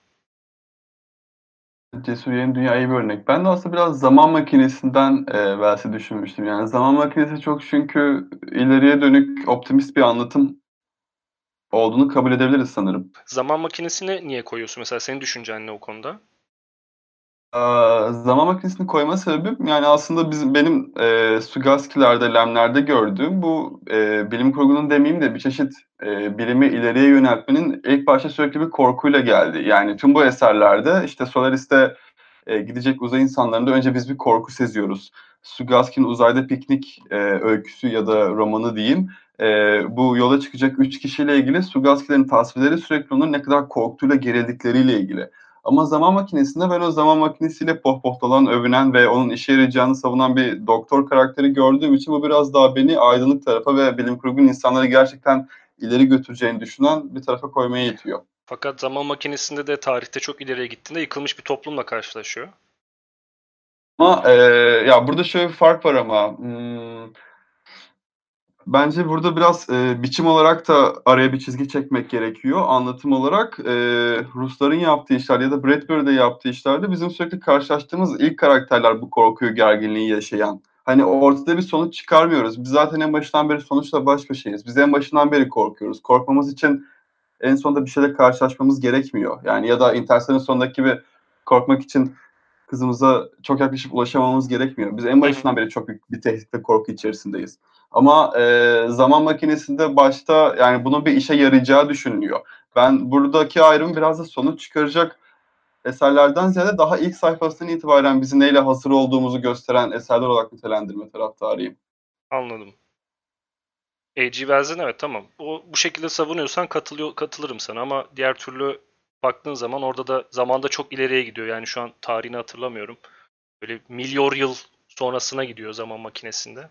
Cesur Yeni Dünya iyi bir örnek. Ben de aslında biraz zaman makinesinden e, versi düşünmüştüm. Yani zaman makinesi çok çünkü ileriye dönük optimist bir anlatım olduğunu kabul edebiliriz sanırım. Zaman makinesini niye koyuyorsun? Mesela senin düşüncen ne o konuda? Aaa, zaman makinesini koyma sebebim, yani, aslında bizim benim, eee, Sugaski'lerde, Lem'lerde gördüğüm bu, eee, bilim kurgunun demeyeyim de bir çeşit, eee, bilimi ileriye yöneltmenin ilk başta sürekli bir korkuyla geldi. Yani, tüm bu eserlerde, işte, Solaris'te, eee, gidecek uzay insanlarında önce biz bir korku seziyoruz. Sugaski'nin Uzayda Piknik, eee, öyküsü ya da romanı diyeyim, eee, bu yola çıkacak üç kişiyle ilgili Sugaski'lerin tasvirleri sürekli onların ne kadar korktuğuyla, gerildikleriyle ilgili. Ama zaman makinesinde ben o zaman makinesiyle pohpohlanan, övünen ve onun işe yarayacağını savunan bir doktor karakteri gördüğüm için bu biraz daha beni aydınlık tarafa ve bilim kurgunun insanları gerçekten ileri götüreceğini düşünen bir tarafa koymaya itiyor. Fakat zaman makinesinde de tarihte çok ileriye gittiğinde yıkılmış bir toplumla karşılaşıyor. Ama eee, ya burada şöyle bir fark var ama hmm, bence burada biraz e, biçim olarak da araya bir çizgi çekmek gerekiyor. Anlatım olarak e, Rusların yaptığı işler ya da Bradbury'de yaptığı işlerde bizim sürekli karşılaştığımız ilk karakterler bu korkuyu, gerginliği yaşayan. Hani ortada bir sonuç çıkarmıyoruz. Biz zaten en başından beri sonuçla baş başayız. Biz en başından beri korkuyoruz. Korkmamız için en sonunda bir şeyle karşılaşmamız gerekmiyor. Yani ya da Interstellar'ın sonundaki gibi korkmak için kızımıza çok yaklaşıp ulaşamamız gerekmiyor. Biz en Hı hı. başından beri çok büyük bir tehdit ve korku içerisindeyiz. Ama e, zaman makinesinde başta yani bunun bir işe yarayacağı düşünülüyor. Ben buradaki ayrımı biraz da sonuç çıkaracak eserlerden ziyade daha ilk sayfasından itibaren bizi neyle hazır olduğumuzu gösteren eserler olarak nitelendirme taraftarıyım. Anladım. A G. Wells'in evet tamam. O, bu şekilde savunuyorsan katılıyor, katılırım sana ama diğer türlü baktığın zaman orada da zamanda çok ileriye gidiyor. Yani şu an tarihini hatırlamıyorum. Böyle milyar yıl sonrasına gidiyor zaman makinesinde.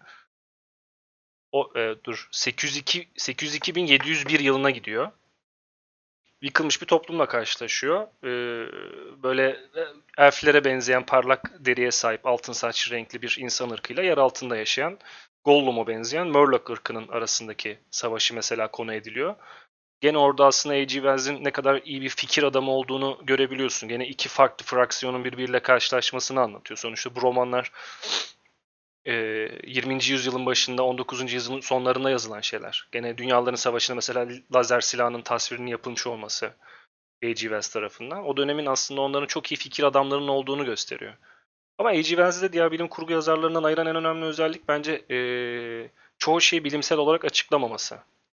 O e, dur sekiz yüz iki sekiz yüz iki bin yedi yüz bir yılına gidiyor. Yıkılmış bir toplumla karşılaşıyor. Ee, böyle e, elflere benzeyen parlak deriye sahip altın saçlı renkli bir insan ırkıyla yer altında yaşayan Gollum'a benzeyen Murloc ırkının arasındaki savaşı mesela konu ediliyor. Gene orada aslında A G. Wells'in ne kadar iyi bir fikir adamı olduğunu görebiliyorsun. Gene iki farklı fraksiyonun birbiriyle karşılaşmasını anlatıyor. Sonuçta bu romanlar e, yirminci yüzyılın başında on dokuzuncu yüzyılın sonlarında yazılan şeyler. Gene Dünyaların Savaşı'nda mesela lazer silahının tasvirinin yapılmış olması A G. Wells tarafından. O dönemin aslında onların çok iyi fikir adamlarının olduğunu gösteriyor. Ama A G. Wells'i de diğer bilim kurgu yazarlarından ayıran en önemli özellik bence ee, çoğu şeyi bilimsel olarak açıklamaması.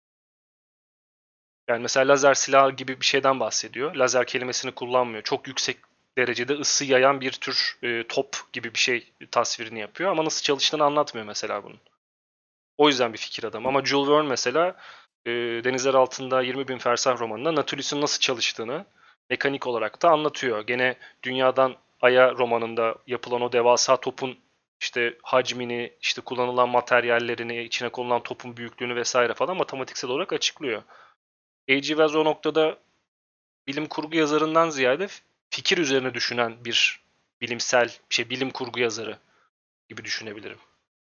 Yani mesela lazer silahı gibi bir şeyden bahsediyor. Lazer kelimesini kullanmıyor. Çok yüksek derecede ısı yayan bir tür e, top gibi bir şey tasvirini yapıyor. Ama nasıl çalıştığını anlatmıyor mesela bunun. O yüzden bir fikir adamı. Ama Jules Verne mesela e, Denizler Altında yirmi bin Fersah romanında Nautilus'un nasıl çalıştığını mekanik olarak da anlatıyor. Gene Dünyadan Ay'a romanında yapılan o devasa topun işte hacmini, işte kullanılan materyallerini, içine konulan topun büyüklüğünü vesaire falan matematiksel olarak açıklıyor. A G. Wells o noktada bilim kurgu yazarından ziyade fikir üzerine düşünen bir bilimsel, şey bilim kurgu yazarı gibi düşünebilirim.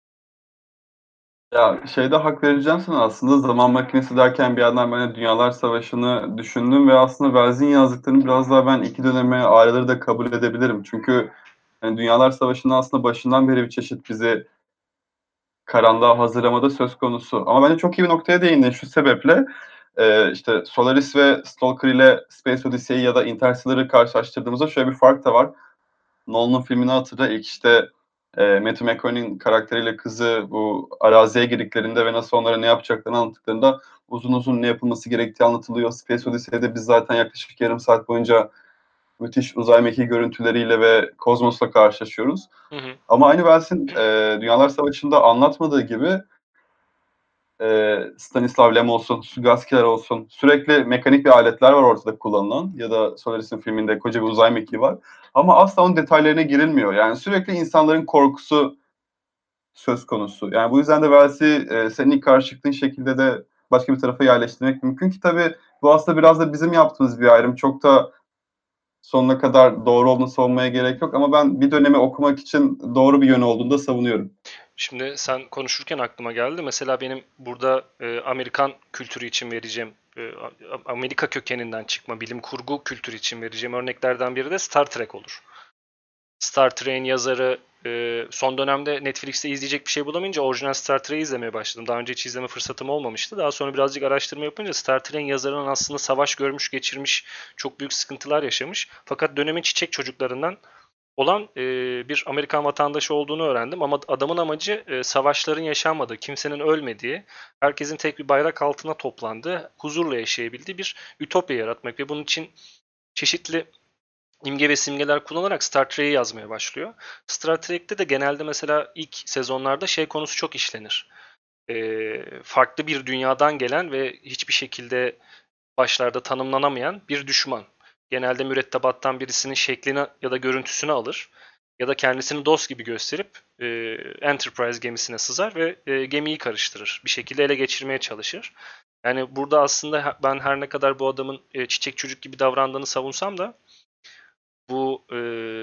Ya şeyde hak vereceğim sana aslında zaman makinesi derken bir yandan ben de Dünyalar Savaşı'nı düşündüm ve aslında Wells'in yazdıklarını biraz daha ben iki döneme ayrıları da kabul edebilirim. Çünkü yani Dünyalar Savaşı'nın aslında başından beri bir çeşit bizi karanlığa hazırlamada söz konusu. Ama bence çok iyi bir noktaya değindin şu sebeple. Eee, işte Solaris ve Stalker ile Space Odyssey'i ya da Interstellar'ı karşılaştırdığımızda şöyle bir fark da var. Nolan'ın filmini hatırla. İlk işte e, Matthew McConaughey'nin karakteriyle kızı bu araziye girdiklerinde ve nasıl onlara ne yapacaklarını anlattıklarında uzun uzun ne yapılması gerektiği anlatılıyor. Space Odyssey'de biz zaten yaklaşık yarım saat boyunca müthiş uzay mekiği görüntüleriyle ve kozmosla karşılaşıyoruz. Hı hı. Ama aynı Wells'in e, Dünyalar Savaşı'nda anlatmadığı gibi e, Stanislav Lem olsun, Sugaskiler olsun sürekli mekanik bir aletler var ortada kullanılan ya da Solaris'in filminde koca bir uzay mekiği var. Ama asla onun detaylarına girilmiyor. Yani sürekli insanların korkusu söz konusu. Yani bu yüzden de Wells'i e, senin ilk karşı çıktığın şekilde de başka bir tarafa yerleştirmek mümkün ki tabii bu aslında biraz da bizim yaptığımız bir ayrım. Çok da sonuna kadar doğru olduğunu savunmaya gerek yok ama ben bir dönemi okumak için doğru bir yönü olduğunu da savunuyorum. Şimdi sen konuşurken aklıma geldi. Mesela benim burada e, Amerikan kültürü için vereceğim, e, Amerika kökeninden çıkma bilim kurgu kültürü için vereceğim örneklerden biri de Star Trek olur. Star Trek'in yazarı e, son dönemde Netflix'te izleyecek bir şey bulamayınca orijinal Star Trek'i izlemeye başladım. Daha önce hiç izleme fırsatım olmamıştı. Daha sonra birazcık araştırma yapınca Star Trek'in yazarının aslında savaş görmüş, geçirmiş, çok büyük sıkıntılar yaşamış. Fakat dönemin çiçek çocuklarından olan e, bir Amerikan vatandaşı olduğunu öğrendim. Ama adamın amacı e, savaşların yaşanmadığı, kimsenin ölmediği, herkesin tek bir bayrak altına toplandığı, huzurla yaşayabildiği bir ütopya yaratmak ve bunun için çeşitli imge ve simgeler kullanarak Star Trek'i yazmaya başlıyor. Star Trek'te de genelde mesela ilk sezonlarda şey konusu çok işlenir. Ee, farklı bir dünyadan gelen ve hiçbir şekilde başlarda tanımlanamayan bir düşman. Genelde mürettebattan birisinin şeklini ya da görüntüsünü alır ya da kendisini dost gibi gösterip e, Enterprise gemisine sızar ve e, gemiyi karıştırır. Bir şekilde ele geçirmeye çalışır. Yani burada aslında ben her ne kadar bu adamın e, çiçek çocuk gibi davrandığını savunsam da bu e,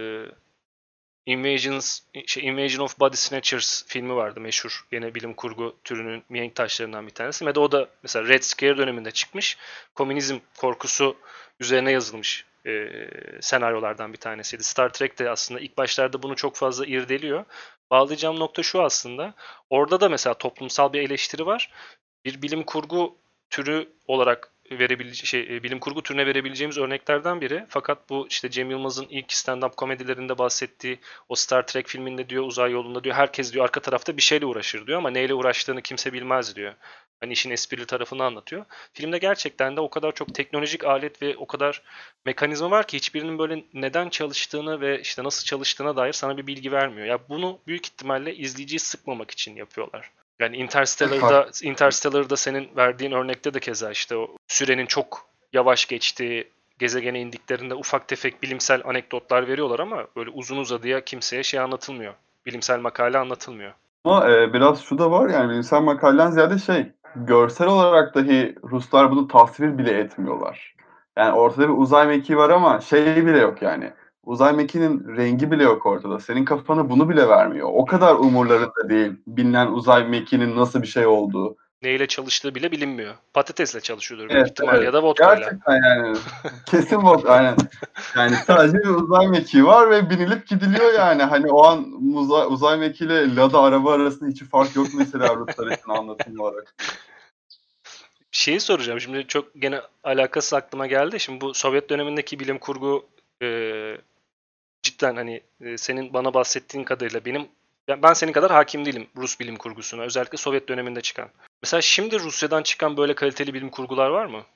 Invasions, şey, Invasion of Body Snatchers filmi vardı meşhur. Yine bilim kurgu türünün mihenk taşlarından bir tanesi. Ve de o da mesela Red Scare döneminde çıkmış. Komünizm korkusu üzerine yazılmış e, senaryolardan bir tanesiydi. Star Trek de aslında ilk başlarda bunu çok fazla irdeliyor. Bağlayacağım nokta şu aslında. Orada da mesela toplumsal bir eleştiri var. Bir bilim kurgu türü olarak verebilece şey bilim kurgu türüne verebileceğimiz örneklerden biri. Fakat bu işte Cem Yılmaz'ın ilk stand-up komedilerinde bahsettiği o Star Trek filminde diyor uzay yolunda diyor herkes diyor arka tarafta bir şeyle uğraşır diyor ama neyle uğraştığını kimse bilmez diyor. Hani işin esprili tarafını anlatıyor. Filmde gerçekten de o kadar çok teknolojik alet ve o kadar mekanizma var ki hiçbirinin böyle neden çalıştığını ve işte nasıl çalıştığına dair sana bir bilgi vermiyor. Ya bunu büyük ihtimalle izleyiciyi sıkmamak için yapıyorlar. Yani Interstellar'da, Interstellar'da senin verdiğin örnekte de keza işte o sürenin çok yavaş geçtiği, gezegene indiklerinde ufak tefek bilimsel anekdotlar veriyorlar ama böyle uzun uzadıya kimseye şey anlatılmıyor. Bilimsel makale anlatılmıyor. Ama e, biraz şu da var yani bilimsel makaleden ziyade şey görsel olarak dahi Ruslar bunu tasvir bile etmiyorlar. Yani ortada bir uzay mekiği var ama şey bile yok yani. Uzay mekiğinin rengi bile yok ortada. Senin kafana bunu bile vermiyor. O Hmm. kadar umurlarında değil bilinen uzay mekiğinin nasıl bir şey olduğu. Neyle çalıştığı bile bilinmiyor. Patatesle çalışıyordur büyük Evet, ihtimal evet. ya da vodkayla. Gerçekten yani kesin bok aynen. Yani sadece bir uzay mekiği var ve binilip gidiliyor yani. Hani o an uzay, uzay mekiğiyle Lada araba arasında hiç fark yok mesela Ruslar için anlatım olarak. Şeyi soracağım şimdi çok gene alakası aklıma geldi. Şimdi bu Sovyet dönemindeki bilim kurgu e, cidden hani e, senin bana bahsettiğin kadarıyla benim ben ben senin kadar hakim değilim Rus bilim kurgusuna. Özellikle Sovyet döneminde çıkan. Mesela şimdi Rusya'dan çıkan böyle kaliteli bilim kurgular var mı?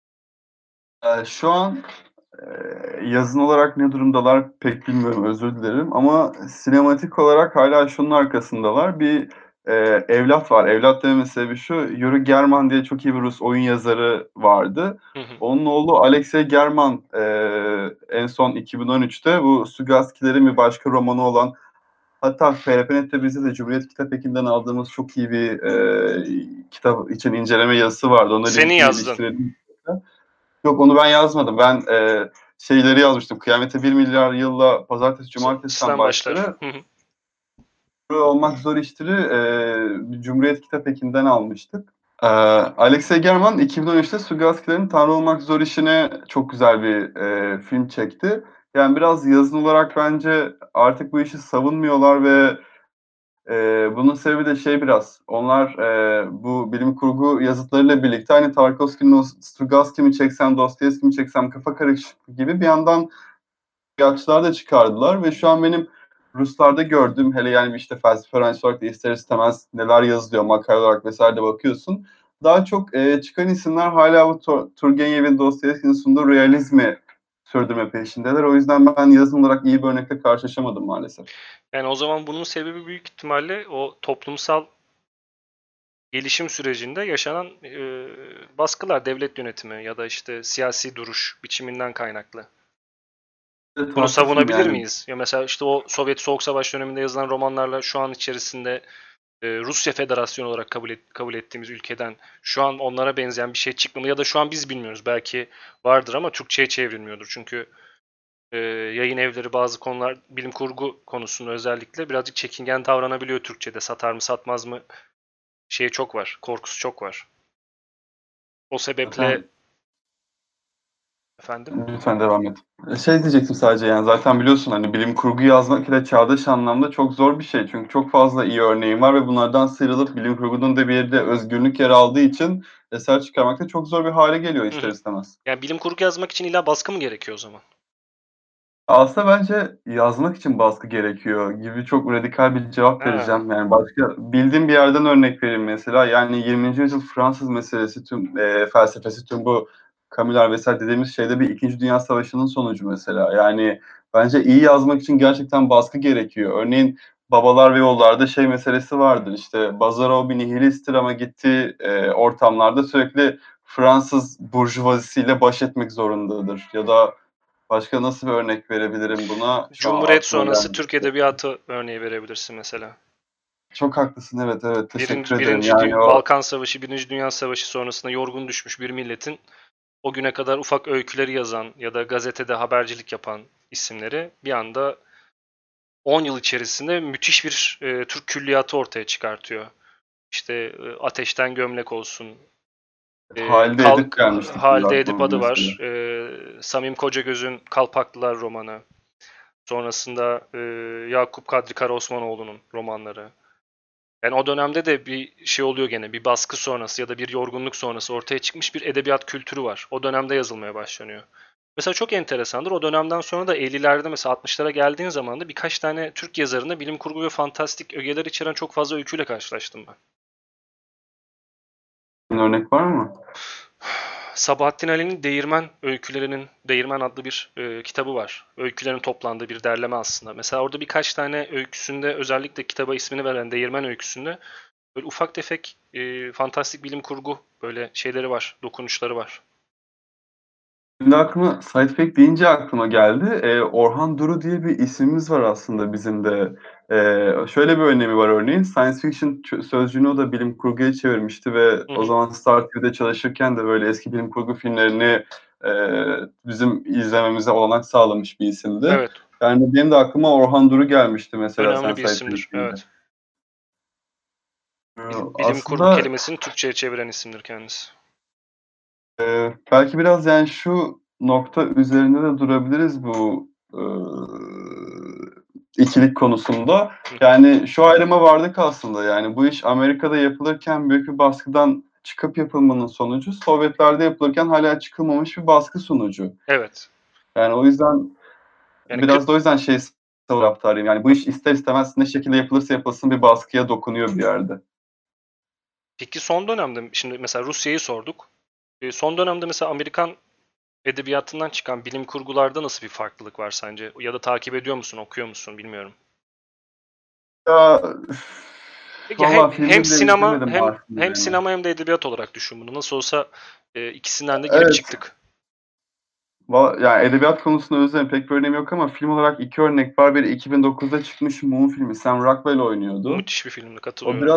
Ee, şu an e, yazın olarak ne durumdalar pek bilmiyorum özür dilerim ama sinematik olarak hala şunun arkasındalar. Bir e, evlat var. Evlat dememin sebebi şu. Yuri German diye çok iyi bir Rus oyun yazarı vardı. Hı hı. Onun oğlu Alexey German e, en son iki bin on üçte bu Sugaskilerin bir başka romanı olan hatta F R P nokta net'te bizde de Cumhuriyet Kitap Eki'nden aldığımız çok iyi bir e, kitap için inceleme yazısı vardı. Ona Senin linkini yazdın. iliştirelim. Yok onu ben yazmadım. Ben e, şeyleri yazmıştım. Kıyamete bir milyar yılla pazartesi cumartesiden İslam başlar. başları Hı hı. olmak zor işleri e, Cumhuriyet Kitap Eki'nden almıştık. E, Alexey German iki bin on üçte Sugaskilerin Tanrı Olmak Zor işine çok güzel bir e, film çekti. Yani biraz yazın olarak bence artık bu işi savunmuyorlar ve Ee, bunun sebebi de şey biraz, onlar e, bu bilim kurgu yazıtlarıyla birlikte hani Tarkovski'nin o Strugatsky mi çeksem, Dostoyevski mi çeksem kafa karışıklığı gibi bir yandan edebiyatçılar da çıkardılar ve şu an benim Ruslarda gördüğüm, hele yani işte felsefe öğrencisi olarak da ister istemez neler yazılıyor, makale olarak vesaire de bakıyorsun. Daha çok e, çıkan isimler hala bu Tur- Turgenev'in, Dostoyevski'nin sunduğu realizmi sürdürme peşindeler. O yüzden ben yazım olarak iyi bir örnekle karşılaşamadım maalesef. Yani o zaman bunun sebebi büyük ihtimalle o toplumsal gelişim sürecinde yaşanan e, baskılar, devlet yönetimi ya da işte siyasi duruş biçiminden kaynaklı. Evet, Bunu haklısın savunabilir yani. miyiz? Ya mesela işte o Sovyet Soğuk Savaş döneminde yazılan romanlarla şu an içerisinde e, Rusya Federasyonu olarak kabul, et, kabul ettiğimiz ülkeden şu an onlara benzeyen bir şey çıktı mı? Ya da şu an biz bilmiyoruz. Belki vardır ama Türkçe'ye çevrilmiyordur. Çünkü e, yayın evleri bazı konular, bilim kurgu konusunda özellikle birazcık çekingen davranabiliyor Türkçe'de. Satar mı satmaz mı şey çok var. Korkusu çok var. O sebeple Zaten efendim. lütfen devam et. Şey diyecektim sadece, yani zaten biliyorsun hani bilim kurgu yazmak ile çağdaş anlamda çok zor bir şey. Çünkü çok fazla iyi örneğin var ve bunlardan sıyrılıp bilim kurgunun da bir yerde özgürlük yer aldığı için eser çıkarmak da çok zor bir hale geliyor Hı ister hı. istemez. Yani bilim kurgu yazmak için illa baskı mı gerekiyor o zaman? Aslında bence yazmak için baskı gerekiyor gibi çok radikal bir cevap Ha. vereceğim. Yani başka bildiğim bir yerden örnek vereyim mesela. Yani yirminci yüzyıl Fransız meselesi, tüm e, felsefesi, tüm bu Camus'lar vesaire dediğimiz şeyde bir İkinci Dünya Savaşı'nın sonucu mesela. Yani bence iyi yazmak için gerçekten baskı gerekiyor. Örneğin Babalar ve Yollar'da şey meselesi vardır. İşte Bazarov bir nihilisttir ama gittiği e, ortamlarda sürekli Fransız burjuvazisiyle baş etmek zorundadır. Ya da başka nasıl bir örnek verebilirim buna? Şu an Cumhuriyet aklıma sonrası gelmedi. Türk Edebiyatı örneği verebilirsin mesela. Çok haklısın, evet evet, teşekkür Birinci, ederim. birinci Yani Dü- o Balkan Savaşı, Birinci Dünya Savaşı sonrasında yorgun düşmüş bir milletin o güne kadar ufak öyküleri yazan ya da gazetede habercilik yapan isimleri bir anda on yıl içerisinde müthiş bir e, Türk külliyatı ortaya çıkartıyor. İşte e, Ateşten Gömlek olsun, e, Halide Edip Kalk gelmişti şimdi Halide Edip aklıma adı mesela. var. E, Samim Kocagöz'ün Kalpaklılar romanı. Sonrasında e, Yakup Kadri Karaosmanoğlu'nun romanları. Yani o dönemde de bir şey oluyor gene. Bir baskı sonrası ya da bir yorgunluk sonrası ortaya çıkmış bir edebiyat kültürü var. O dönemde yazılmaya başlanıyor. Mesela çok enteresandır. O dönemden sonra da ellilerde mesela altmışlara geldiğin zaman da birkaç tane Türk yazarında bilim kurgu ve fantastik ögeler içeren çok fazla öyküyle karşılaştım ben. Bir örnek var mı? Sabahattin Ali'nin Değirmen öykülerinin Değirmen adlı bir e, kitabı var. Öykülerin toplandığı bir derleme aslında. Mesela orada birkaç tane öyküsünde özellikle kitaba ismini veren Değirmen öyküsünde böyle ufak tefek e, fantastik bilim kurgu böyle şeyleri var, dokunuşları var. Şimdi aklıma side fact deyince aklıma geldi. Ee, Orhan Duru diye bir ismimiz var aslında bizim de. Ee, şöyle bir önemi var örneğin. Science fiction ç- sözcüğünü o da bilim kurguya çevirmişti ve Hı o hı. zaman Star T V'de çalışırken de böyle eski bilim kurgu filmlerini e, bizim izlememize olanak sağlamış bir isimdi. Evet, Yani benim de aklıma Orhan Duru gelmişti mesela sen önemli bir side fact isimdir. deyince. Evet. Ee, Bilim, bilim kurgu Aslında kelimesini Türkçe'ye çeviren isimdir kendisi. Ee, belki biraz yani şu nokta üzerinde de durabiliriz bu e, ikilik konusunda. Hı hı. Yani şu ayrıma vardık aslında, yani bu iş Amerika'da yapılırken büyük bir baskıdan çıkıp yapılmanın sonucu, Sovyetlerde yapılırken hala çıkılmamış bir baskı sonucu. Evet. Yani o yüzden Yani kı- biraz da o yüzden şey taraftarıyım. Yani bu iş ister istemez ne şekilde yapılırsa yapılsın bir baskıya dokunuyor bir yerde. peki son dönemde şimdi mesela Rusya'yı sorduk. E, son dönemde mesela Amerikan edebiyatından çıkan bilim kurgularda nasıl bir farklılık var sence? Ya da takip ediyor musun, okuyor musun bilmiyorum. Ya Peki hem, valla hem filmi bile sinema izlemedim hem aslında hem yani. sinema hem de edebiyat olarak düşün bunu. Nasıl olsa e, ikisinden de girip Evet. çıktık. Va- Yani edebiyat konusunda özlem pek bir önemi yok ama film olarak iki örnek var. Biri iki bin dokuzda çıkmış Moon filmi. Sam Rockwell oynuyordu. Müthiş bir filmdi, O katılıyorum. biraz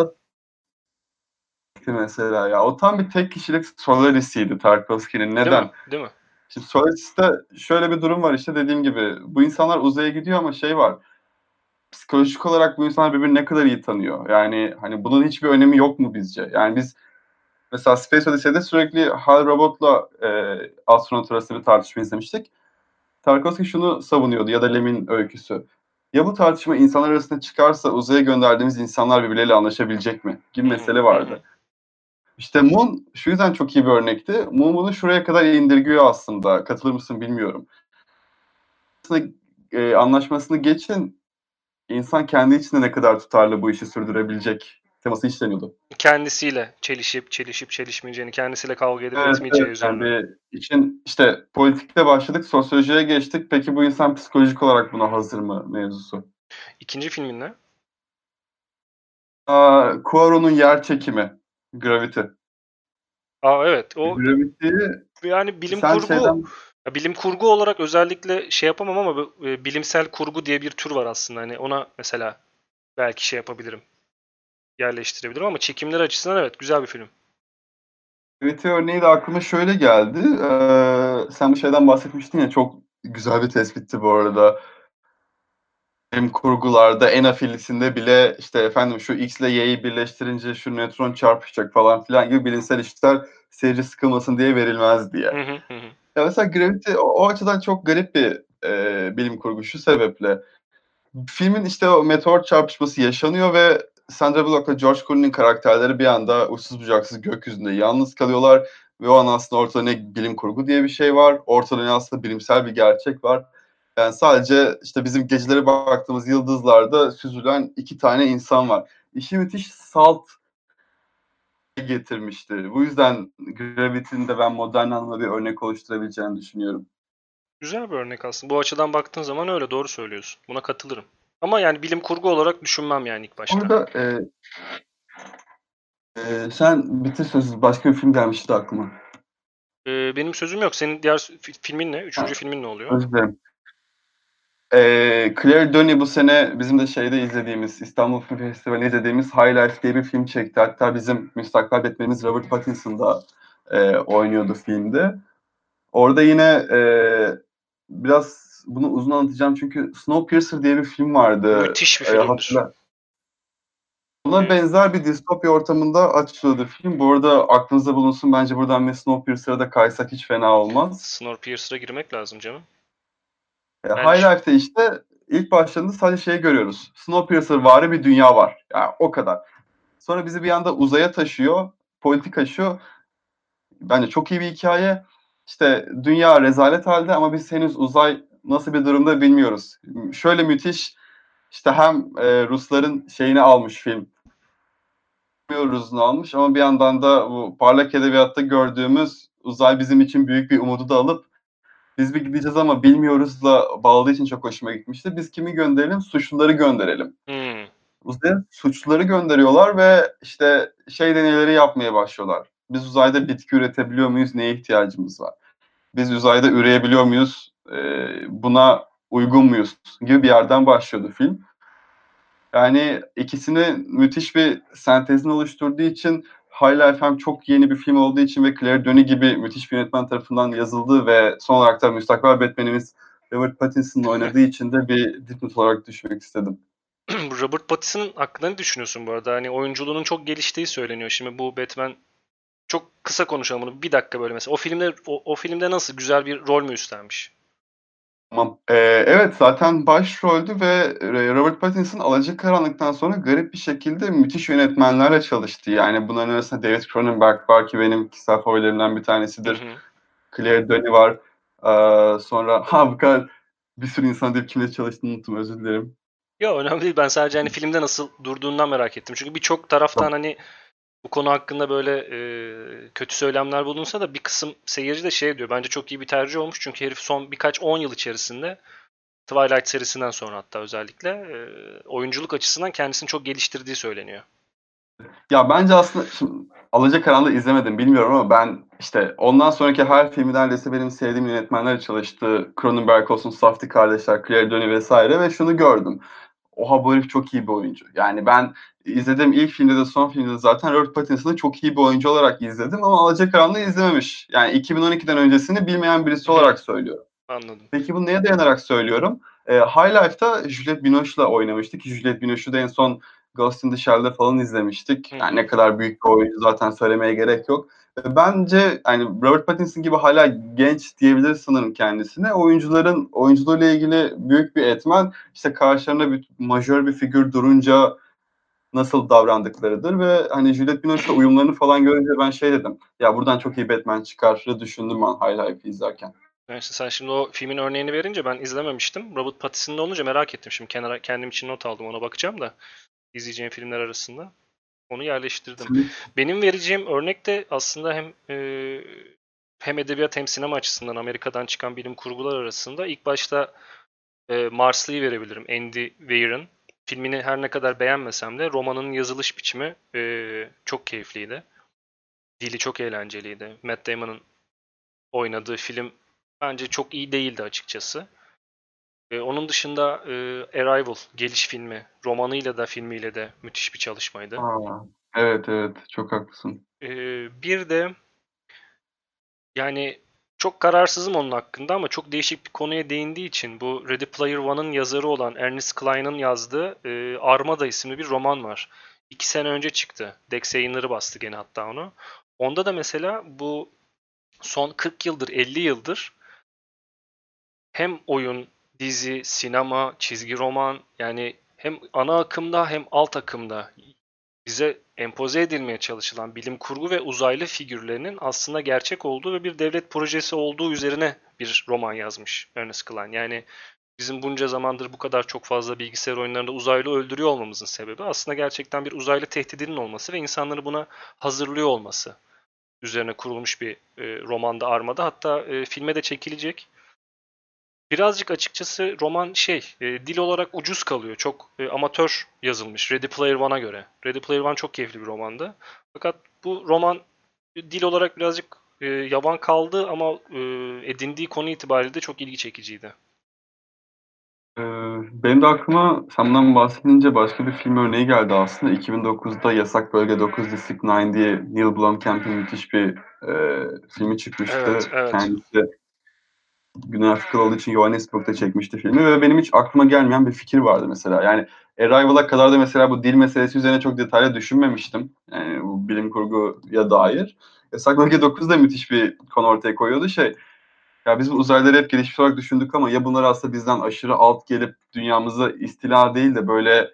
mesela ya. O tam bir tek kişilik Solaris'iydi Tarkovski'nin. Değil mi? Neden? Değil mi? Şimdi Solaris'te şöyle bir durum var, işte dediğim gibi. Bu insanlar uzaya gidiyor ama şey var. Psikolojik olarak bu insanlar birbirini ne kadar iyi tanıyor? Yani hani bunun hiçbir önemi yok mu bizce? Yani biz mesela Space Odyssey'de sürekli Hal Robot'la e, astronot arasında bir tartışma izlemiştik. Tarkovski şunu savunuyordu, ya da Lem'in öyküsü. Ya bu tartışma insanlar arasında çıkarsa uzaya gönderdiğimiz insanlar birbirleriyle anlaşabilecek mi gibi Hı hı. mesele Hı hı. vardı. İşte Moon şu yüzden çok iyi bir örnekti. Moon bunu şuraya kadar indirgiyor aslında. Katılır mısın bilmiyorum. Aslında, eee, anlaşmasını geçin, insan kendi içinde ne kadar tutarlı bu işi sürdürebilecek teması işleniyordu. Kendisiyle çelişip çelişip çelişmeyeceğini, kendisiyle kavga edip Evet, etmeyeceği evet. Yani üzerine. bir işin işte politikte başladık, sosyolojiye geçtik. Peki bu insan psikolojik olarak buna hazır mı mevzusu? İkinci filmin ne? Aaa, Poirot'un Yerçekimi, Gravity. A, evet. O Gravity'yi yani bilim sen kurgu şeyden ya bilim kurgu olarak özellikle şey yapamam ama bu, eee, bilimsel kurgu diye bir tür var aslında. Hani ona mesela belki şey yapabilirim, yerleştirebilirim ama çekimleri açısından evet güzel bir film. Gravity örneği de aklıma şöyle geldi. Eee, sen bir şeyden bahsetmiştin ya, çok güzel bir tespitti bu arada. Bilim kurgularda en afilisinde bile işte efendim şu X ile Y'yi birleştirince şu nötron çarpışacak falan filan gibi bilimsel işler seyirci sıkılmasın diye verilmez diye. Hı hı. Hı hı. Ya mesela Gravity o, o açıdan çok garip bir e, bilim kurgu şu sebeple. Filmin işte o meteor çarpışması yaşanıyor ve Sandra Bullock'la George Clooney'nin karakterleri bir anda uçsuz bucaksız gökyüzünde yalnız kalıyorlar ve o an aslında ortada ne bilim kurgu diye bir şey var, ortada ne aslında bilimsel bir gerçek var. Yani sadece işte bizim gecelere baktığımız yıldızlarda süzülen iki tane insan var. İşi müthiş salt getirmişti. Bu yüzden Gravity'nin de ben modern anlamda bir örnek oluşturabileceğini düşünüyorum. Güzel bir örnek aslında. Bu açıdan baktığın zaman öyle, doğru söylüyorsun. Buna katılırım. Ama yani bilim kurgu olarak düşünmem yani ilk başta. Orada e, e, sen bitir sözü, başka bir film gelmişti aklıma. Eee, benim sözüm yok. Senin diğer fi filmin ne? Üçüncü Ha, filmin ne oluyor? özür dilerim. Ee, Claire Denis bu sene bizim de şeyde izlediğimiz, İstanbul Film Festivali'nde izlediğimiz High Life diye bir film çekti. Hatta bizim müstakbel Batman'imiz Robert Pattinson da e, oynuyordu filmde. Orada yine e, biraz bunu uzun anlatacağım çünkü Snowpiercer diye bir film vardı. Müthiş bir E, filmdir. hatırla. Ona Eee, benzer bir distopya ortamında açılıyordu film. Bu arada aklınızda bulunsun, bence buradan bir Snowpiercer'a da kaysak hiç fena olmaz. Snowpiercer'a girmek lazım canım. E, Yani High ş Life'de işte ilk başladığında sadece şeyi görüyoruz. Snowpiercer bir dünya var. Yani o kadar. Sonra bizi bir anda uzaya taşıyor, politik aşıyor. Bence çok iyi bir hikaye. İşte dünya rezalet halde ama biz henüz uzay nasıl bir durumda bilmiyoruz. Şöyle müthiş, işte hem e, Rusların şeyini almış film. Bilmiyoruz'unu almış ama bir yandan da bu parlak edebiyatta gördüğümüz uzay bizim için büyük bir umudu da alıp biz bir gideceğiz ama bilmiyoruzla bağladığı için çok hoşuma gitmişti. Biz kimi gönderelim? Suçluları gönderelim. Hımm. Uzaya suçluları gönderiyorlar ve işte şey deneyleri yapmaya başlıyorlar. Biz uzayda bitki üretebiliyor muyuz? Neye ihtiyacımız var? Biz uzayda üreyebiliyor muyuz? Eee, buna uygun muyuz? Gibi bir yerden başlıyordu film. Yani ikisini müthiş bir sentezini oluşturduğu için High Life hem çok yeni bir film olduğu için ve Claire Denis gibi müthiş bir yönetmen tarafından yazıldığı ve son olarak da müstakbel Batman'imiz Robert Pattinson'ın oynadığı için de bir dipnot olarak düşmek istedim. Robert Pattinson hakkında ne düşünüyorsun bu arada? Hani oyunculuğunun çok geliştiği söyleniyor. Şimdi bu Batman, çok kısa konuşalım bunu. Bir dakika böyle mesela. O filmde o, o filmde nasıl güzel bir rol mü üstlenmiş? Tamam. Ee, evet, zaten başroldü ve e, Robert Pattinson Alacakaranlık'tan sonra garip bir şekilde müthiş yönetmenlerle çalıştı. Yani bunların arasında David Cronenberg var ki benim kişisel favorilerimden bir Hı tanesidir. hı. Claire Denis var. Ee, sonra ha bu kadar bir sürü insan deyip kimle çalıştığını unuttum, özür dilerim. Ya önemli değil. Ben sadece hani filmde nasıl durduğundan merak ettim. Çünkü birçok taraftan Tamam. hani bu konu hakkında böyle e, kötü söylemler bulunsa da bir kısım seyirci de şey diyor. Bence çok iyi bir tercih olmuş. Çünkü herif son birkaç on yıl içerisinde Twilight serisinden sonra hatta özellikle e, oyunculuk açısından kendisini çok geliştirdiği söyleniyor. Ya bence aslında şimdi Alacakaranlık'ı izlemedim bilmiyorum ama ben işte ondan sonraki her filmi neredeyse benim sevdiğim yönetmenlerle çalıştı. Cronenberg olsun, Safdie kardeşler, Claire Denis vesaire ve şunu gördüm. Oha, bu herif çok iyi bir oyuncu. Yani ben izlediğim ilk filmde de son filmde de zaten Robert Pattinson'ı çok iyi bir oyuncu olarak izledim ama Alacakaranlık'ı izlememiş. Yani iki bin on ikiden öncesini bilmeyen birisi Hı, olarak söylüyorum. anladım. Peki bunu neye dayanarak söylüyorum? E, High Life'da Juliette Binoche'la oynamıştık. Juliette Binoche'u da en son Ghost in the Shell'de falan izlemiştik. Hı Yani hı. ne kadar büyük bir oyuncu zaten söylemeye gerek yok. Bence hani Robert Pattinson gibi hala genç diyebiliriz sanırım kendisine. Oyuncuların oyunculuğuyla ilgili büyük bir etmen işte karşılarına bir majör bir figür durunca nasıl davrandıklarıdır ve hani Juliette Binoche'la uyumlarını falan görünce ben şey dedim. Ya buradan çok iyi Batman çıkarı düşündüm ben High Life'ı izlerken. Yani işte sen şimdi o filmin örneğini verince ben izlememiştim. Robert Pattinson'da olunca merak ettim. Şimdi kenara kendim için not aldım, ona bakacağım da izleyeceğim filmler arasında. Onu yerleştirdim. Benim vereceğim örnek de aslında hem e, hem edebiyat hem sinema açısından Amerika'dan çıkan bilim kurgular arasında ilk başta e, Marslı'yı verebilirim. Andy Weir'ın. Filmini her ne kadar beğenmesem de romanın yazılış biçimi e, çok keyifliydi. Dili çok eğlenceliydi. Matt Damon'ın oynadığı film bence çok iyi değildi açıkçası. E, onun dışında e, Arrival, Geliş filmi, romanıyla da filmiyle de müthiş bir çalışmaydı. Aa, evet evet çok haklısın. E, bir de yani çok kararsızım onun hakkında ama çok değişik bir konuya değindiği için bu Ready Player One'ın yazarı olan Ernest Cline'ın yazdığı e, Armada isimli bir roman var. İki sene önce çıktı. Dex Yayınları bastı gene hatta onu. Onda da mesela bu son kırk yıldır, elli yıldır hem oyun, dizi, sinema, çizgi roman yani hem ana akımda hem alt akımda bize empoze edilmeye çalışılan bilim kurgu ve uzaylı figürlerinin aslında gerçek olduğu ve bir devlet projesi olduğu üzerine bir roman yazmış Ernest Cline. Yani bizim bunca zamandır bu kadar çok fazla bilgisayar oyunlarında uzaylı öldürüyor olmamızın sebebi aslında gerçekten bir uzaylı tehdidinin olması ve insanları buna hazırlıyor olması üzerine kurulmuş bir e, romanda Armada. Hatta e, filme de çekilecek. Birazcık açıkçası roman şey, e, dil olarak ucuz kalıyor. Çok e, amatör yazılmış Ready Player One'a göre. Ready Player One çok keyifli bir romandı. Fakat bu roman e, dil olarak birazcık e, yavan kaldı ama e, edindiği konu itibariyle de çok ilgi çekiciydi. Ee, benim de aklıma senden bahsedince başka bir film örneği geldi aslında. iki bin dokuzda Yasak Bölge dokuz District dokuz diye Neil Blomkamp'in müthiş bir e, filmi Evet, çıkmıştı. evet. Kendisi Güney Afrikalı olduğu için Johannesburg'da çekmişti filmi ve benim hiç aklıma gelmeyen bir fikir vardı mesela. Yani Arrival'a kadar da mesela bu dil meselesi üzerine çok detaylı düşünmemiştim. Yani bu bilim kurguya dair. Yasak Bölge dokuz da müthiş bir konu ortaya koyuyordu. Şey, ya biz bu uzaylıları hep gelişmiş olarak düşündük ama ya bunlar aslında bizden aşırı alt gelip dünyamızı istila değil de böyle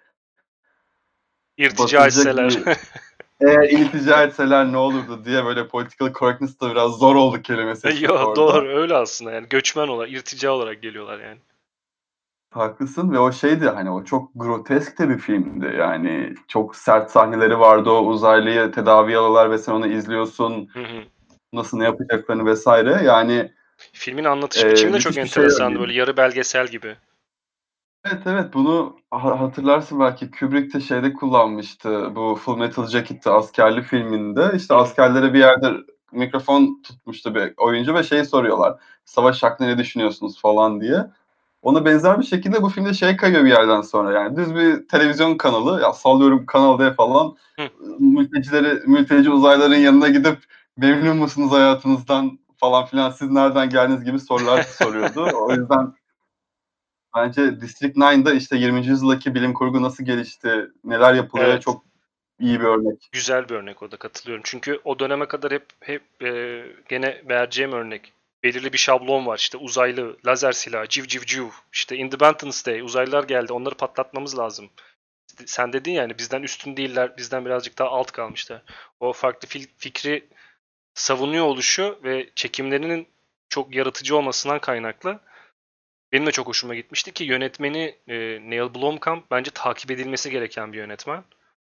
İrtica batıracak etseler. bir eğer iltica etseler ne olurdu diye böyle political correctness da biraz zor oldu kelime seçmek Yo, orada. doğru öyle aslında yani göçmen olarak, irtica olarak geliyorlar yani. Haklısın ve o şeydi hani o çok grotesk de bir filmdi. Yani çok sert sahneleri vardı o uzaylıyı tedavi alıyorlar ve sen onu izliyorsun. Hı hı. Nasıl ne yapacaklarını vesaire. Yani Filmin anlatış e, biçimi de çok müthiş bir şey enteresandı, örneği. böyle yarı belgesel gibi. Evet evet bunu ha- hatırlarsın belki Kubrick de şeyde kullanmıştı. Bu Full Metal Jacket'te askerli filminde. İşte Hı hı. askerlere bir yerde mikrofon tutmuştu bir oyuncu ve şey soruyorlar. Savaş hakkında ne düşünüyorsunuz falan diye. Ona benzer bir şekilde bu filmde şey kayıyor bir yerden sonra yani düz bir televizyon kanalı ya sallıyorum Kanal D falan Hı. mültecileri mülteci uzaylıların yanına gidip memnun musunuz hayatınızdan falan filan siz nereden geldiniz gibi sorular soruyordu. O yüzden bence District dokuzda işte yirminci yüzyıldaki bilim kurgu nasıl gelişti, neler yapılıyor Evet. çok iyi bir örnek. Güzel bir örnek, o da katılıyorum. Çünkü o döneme kadar hep hep e, gene vereceğim örnek. Belirli bir şablon var. İşte uzaylı, lazer silahı, civ civ civ. İşte Independence Day, uzaylılar geldi. Onları patlatmamız lazım. Sen dedin yani bizden üstün değiller, bizden birazcık daha alt kalmışlar. O farklı fikri savunuyor oluşu ve çekimlerinin çok yaratıcı olmasından kaynaklı. Benim de çok hoşuma gitmişti ki yönetmeni e, Neil Blomkamp bence takip edilmesi gereken bir yönetmen.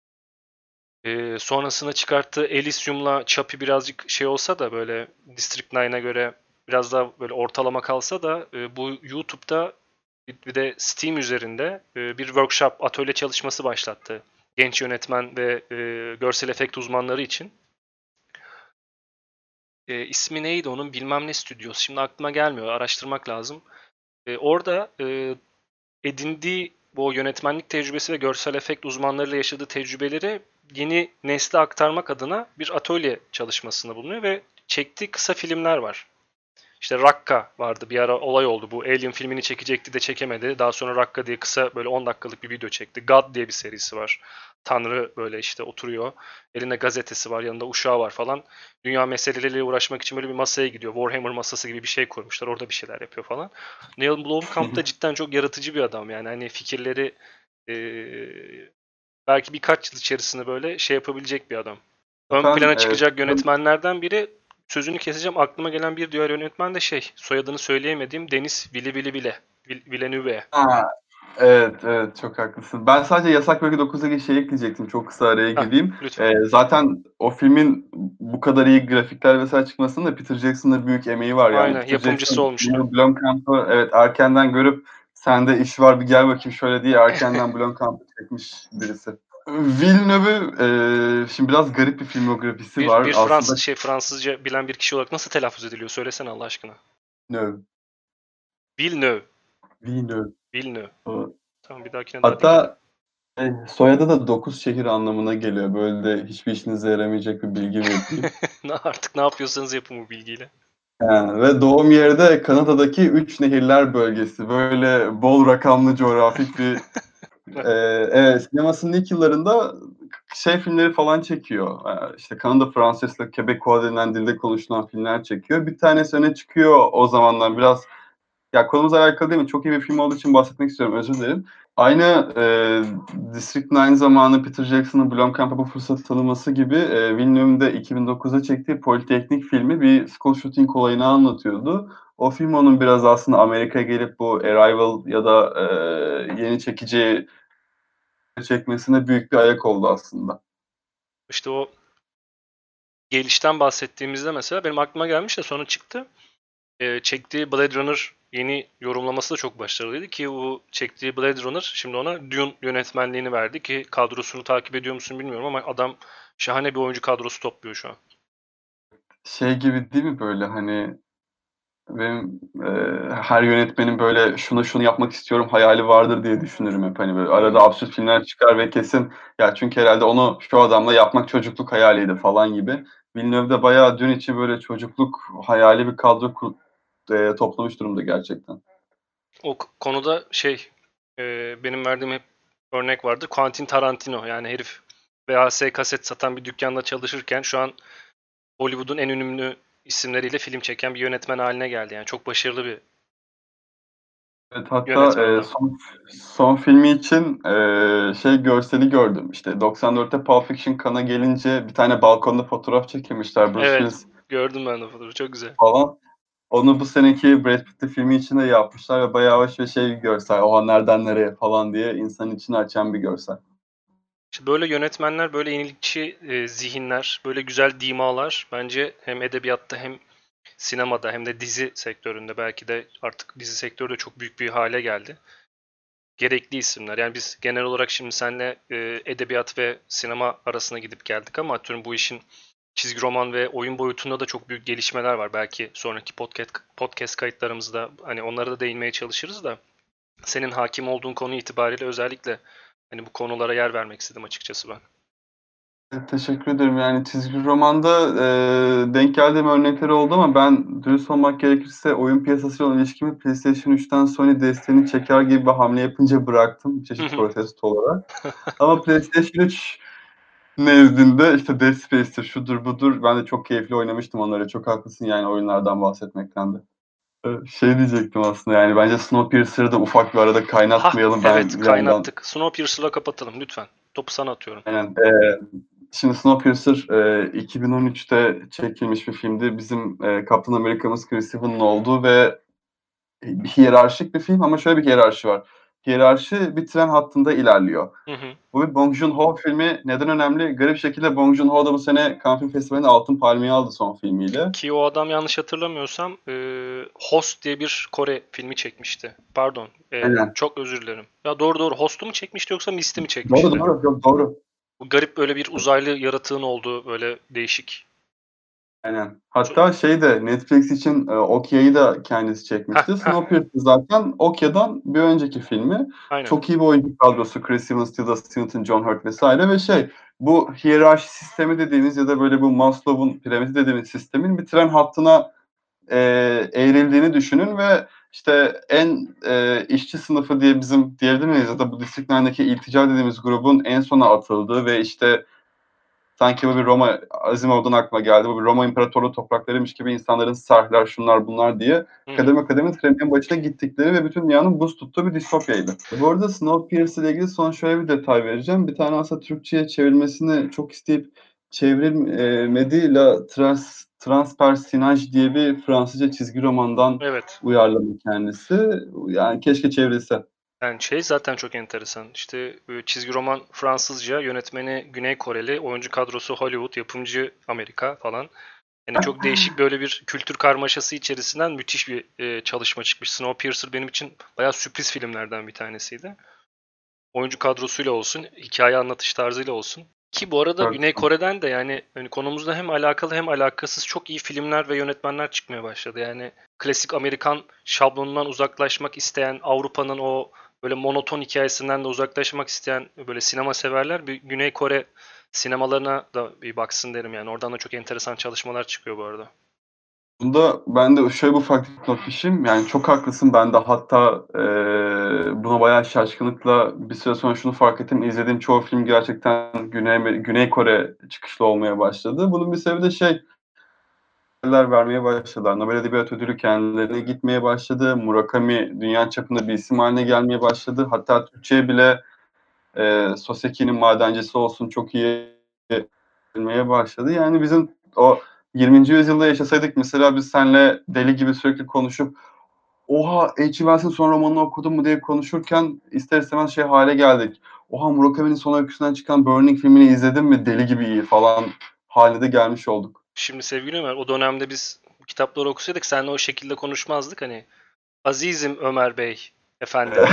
Ee, sonrasında çıkarttığı Elysium'la Chappie birazcık şey olsa da böyle District dokuza göre biraz daha böyle ortalama kalsa da e, bu YouTube'da bir bir de Steam üzerinde e, bir workshop, atölye çalışması başlattı. Genç yönetmen ve e, görsel efekt uzmanları için. E, ismi neydi onun? Bilmem ne stüdyosu. Şimdi aklıma gelmiyor. Araştırmak lazım. E, orada e, edindiği bu yönetmenlik tecrübesi ve görsel efekt uzmanlarıyla yaşadığı tecrübeleri yeni nesle aktarmak adına bir atölye çalışmasında bulunuyor ve çektiği kısa filmler var. İşte Rakka vardı. Bir ara olay oldu. Bu Alien filmini çekecekti de çekemedi. Daha sonra Rakka diye kısa böyle on dakikalık bir video çekti. God diye bir serisi var. Tanrı böyle işte oturuyor. Elinde gazetesi var. Yanında uşağı var falan. Dünya meseleleriyle uğraşmak için böyle bir masaya gidiyor. Warhammer masası gibi bir şey kurmuşlar. Orada bir şeyler yapıyor falan. Neil Blomkamp da cidden çok yaratıcı bir adam. Yani hani fikirleri eee, belki birkaç yıl içerisinde böyle şey yapabilecek bir adam. Ön Zaten plana e, çıkacak yönetmenlerden biri. Sözünü keseceğim. Aklıma gelen bir diğer yönetmen de şey. Soyadını söyleyemediğim Denis Villeneuve. Villeneuve. ha, evet, evet çok haklısın. Ben sadece Yasak Bölge dokuzdaki şey ekleyecektim. Çok kısa araya Hah, gireyim. lütfen. Ee, zaten o filmin bu kadar iyi grafikler vesaire çıkmasında Peter Jackson'ın büyük emeği var. Yani Aynen. Peter Yapımcısı Jackson, olmuştu. Neil Blomkamp'ı evet erkenden görüp sende iş var bir gel bakayım şöyle diye erkenden Blomkamp'ı çekmiş birisi. Villeneuve e, şimdi biraz garip bir filmografisi Bir, var. bir Aslında Fransız şey Fransızca bilen bir kişi olarak nasıl telaffuz ediliyor? Söylesene Allah aşkına. Villeneuve. Villeneuve. Villeneuve. Villeneuve. O- Tamam bir dahakine daha dikkat edeyim. Hatta E, soyadı da dokuz şehir anlamına geliyor. Böyle de hiçbir işinize yaramayacak bir bilgi vereyim. Ne- Artık ne yapıyorsanız yapın bu bilgiyle. Yani ve doğum yeri de Kanada'daki Üç Nehirler bölgesi. Böyle bol rakamlı coğrafik bir e, evet sinemasının ilk yıllarında şey filmleri falan çekiyor. E, işte Kanada Fransızca, Quebecois denilen dilde konuşulan filmler çekiyor. Bir tanesi öne çıkıyor o zamandan biraz. Ya konumuzla alakalı değil mi? Çok iyi bir film olduğu için bahsetmek istiyorum. Özür dilerim. Aynı e, District nine zamanı Peter Jackson'ın Blomkamp'a bu fırsatı tanıması gibi e, Villeneuve'ün de iki bin dokuzda çektiği Politeknik filmi bir school shooting olayını anlatıyordu. O film onun biraz aslında Amerika'ya gelip bu Arrival ya da e, yeni çekici çekmesine büyük bir ayak oldu aslında. İşte o gelişten bahsettiğimizde mesela benim aklıma gelmiş de sonra çıktı. Ee, çektiği Blade Runner yeni yorumlaması da çok başarılıydı ki bu çektiği Blade Runner şimdi ona Dune yönetmenliğini verdi ki kadrosunu takip ediyor musun bilmiyorum ama adam şahane bir oyuncu kadrosu topluyor şu an. Şey gibi değil mi böyle hani benim e, her yönetmenin böyle şunu şunu yapmak istiyorum hayali vardır diye düşünürüm hep. Hani böyle arada Hmm. absürt filmler çıkar ve kesin ya çünkü herhalde onu şu adamla yapmak çocukluk hayaliydi falan gibi. Villeneuve de bayağı dün için böyle çocukluk hayali bir kadro kur, e, toplamış durumda gerçekten. O k- konuda şey e, benim verdiğim hep örnek vardır. Quentin Tarantino yani herif V H S kaset satan bir dükkanda çalışırken şu an Hollywood'un en ünlü isimleriyle film çeken bir yönetmen haline geldi. Yani çok başarılı bir Evet, hatta yönetmen e, adam. son son filmi için e, şey görseli gördüm. İşte doksan dörtte Pulp Fiction kana gelince bir tane balkonda fotoğraf çekilmişler Bruce Evet, Willis gördüm ben de fotoğrafı. Çok güzel. falan. Onu bu seneki Brad Pitt'li filmi için de yapmışlar ve bayağı hoş ve şey bir görsel. Oha nereden nereye falan diye insanın içini açan bir görsel. İşte böyle yönetmenler, böyle yenilikçi e, zihinler, böyle güzel dimalar bence hem edebiyatta hem sinemada hem de dizi sektöründe belki de artık dizi sektörü de çok büyük bir hale geldi. Gerekli isimler. Yani biz genel olarak şimdi seninle e, edebiyat ve sinema arasına gidip geldik ama atıyorum bu işin çizgi roman ve oyun boyutunda da çok büyük gelişmeler var. Belki sonraki podcast, podcast kayıtlarımızda hani onlara da değinmeye çalışırız da senin hakim olduğun konu itibariyle özellikle hani bu konulara yer vermek istedim açıkçası ben. Evet, teşekkür ederim. Yani çizgi romanda e, denk geldiğim örnekleri oldu ama ben dürüst olmak gerekirse oyun piyasasıyla olan ilişkimi PlayStation üçten Sony desteğini çeker gibi bir hamle yapınca bıraktım. Bir Hı çeşit hı. protesto olarak. Ama PlayStation üç nezdinde işte Dead Space'tir, şudur budur. Ben de çok keyifli oynamıştım onları. Çok haklısın yani oyunlardan bahsetmekten de. Ee, Şey diyecektim aslında yani bence Snowpiercer'ı da ufak bir arada Ha kaynatmayalım. evet Ben bir yandan kaynattık. Snowpiercer'la kapatalım lütfen. Topu sana atıyorum. yani, e, şimdi Snowpiercer e, iki bin on üçte çekilmiş bir filmdi. Bizim e, Kaptan Amerika'mız Chris Evans'ın olduğu ve hiyerarşik bir film ama şöyle bir hiyerarşi var. Hiyerarşi bir tren hattında ilerliyor. Hı hı. Bu bir Bong Joon-ho filmi neden önemli? Garip şekilde Bong Joon-ho da bu sene Cannes Film Festivali'nde Altın Palmiye aldı son filmiyle. Ki o adam yanlış hatırlamıyorsam e, Host diye bir Kore filmi çekmişti. Pardon. e, Aynen. çok özür dilerim. Ya doğru doğru Host'u mu çekmişti yoksa Mist'i mi Doğru çekmişti? doğru. Yok doğru. Bu garip böyle bir uzaylı yaratığın olduğu böyle değişik. Aynen. Hatta şey de Netflix için e, Okya'yı da kendisi Heh çekmişti. heh Snowpiercer zaten Okya'dan bir önceki filmi. aynen. Çok iyi bir oyuncu kadrosu. Chris Evans, Tilda Swinton, John Hurt vesaire ve şey bu hiyerarşi sistemi dediğimiz ya da böyle bu Maslow'un piramidi dediğimiz sistemin bir tren hattına e, eğrildiğini düşünün ve işte en e, işçi sınıfı diye bizim diyebilir miyiz ya da bu disiplinlerdeki iltica dediğimiz grubun en sona atıldığı ve işte sanki bu bir Roma, Asimov'dan aklıma geldi, bu bir Roma İmparatorluğu topraklarıymış gibi insanların sarhlar, şunlar bunlar diye Hı hı. kademe kademe trenin başına gittikleri ve bütün dünyanın buz tuttuğu bir distopyaydı. Bu arada Snowpiercer ile ilgili son şöyle bir detay vereceğim. Bir tane aslında Türkçe'ye çevrilmesini çok isteyip çevrilmedi. La Trans, Transpersonnage diye bir Fransızca çizgi romandan Evet. uyarlama kendisi. Yani keşke çevrilse. Yani şey zaten çok enteresan. İşte e, çizgi roman Fransızca, yönetmeni Güney Koreli, oyuncu kadrosu Hollywood, yapımcı Amerika falan. Yani çok değişik böyle bir kültür karmaşası içerisinden müthiş bir e, çalışma çıkmış. Snowpiercer benim için bayağı sürpriz filmlerden bir tanesiydi. Oyuncu kadrosuyla olsun, hikaye anlatış tarzıyla olsun. Ki bu arada Güney Tartışma. Kore'den de yani hani konumuzda hem alakalı hem alakasız çok iyi filmler ve yönetmenler çıkmaya başladı. Yani klasik Amerikan şablonundan uzaklaşmak isteyen, Avrupa'nın o böyle monoton hikayesinden de uzaklaşmak isteyen böyle sinema severler bir Güney Kore sinemalarına da bir baksın derim yani. Oradan da çok enteresan çalışmalar çıkıyor bu arada. Bunda ben de şöyle bir ufak bir not düşeyim. Yani çok haklısın. Ben de hatta eee, buna bayağı şaşkınlıkla bir süre sonra şunu fark ettim. İzlediğim çoğu film gerçekten Güney, Güney Kore çıkışlı olmaya başladı. Bunun bir sebebi de şey, ödüller vermeye başladılar. Nobel Edebiyat Ödülü kendilerine gitmeye başladı. Murakami dünya çapında bir isim haline gelmeye başladı. Hatta Türkçe'ye bile eee Soseki'nin Madencisi olsun çok iyi bilmeye başladı. Yani bizim o yirminci yüzyılda yaşasaydık mesela biz seninle deli gibi sürekli konuşup oha H G. Wells'in son romanını okudun mu diye konuşurken ister istemez şey hale geldik. Oha Murakami'nin son öyküsünden çıkan Burning filmini izledin mi? Deli gibi iyi falan haline de gelmiş olduk. Şimdi sevgili Ömer, o dönemde biz bu kitapları okusaydık seninle o şekilde konuşmazdık. Hani Azizim Ömer Bey efendim.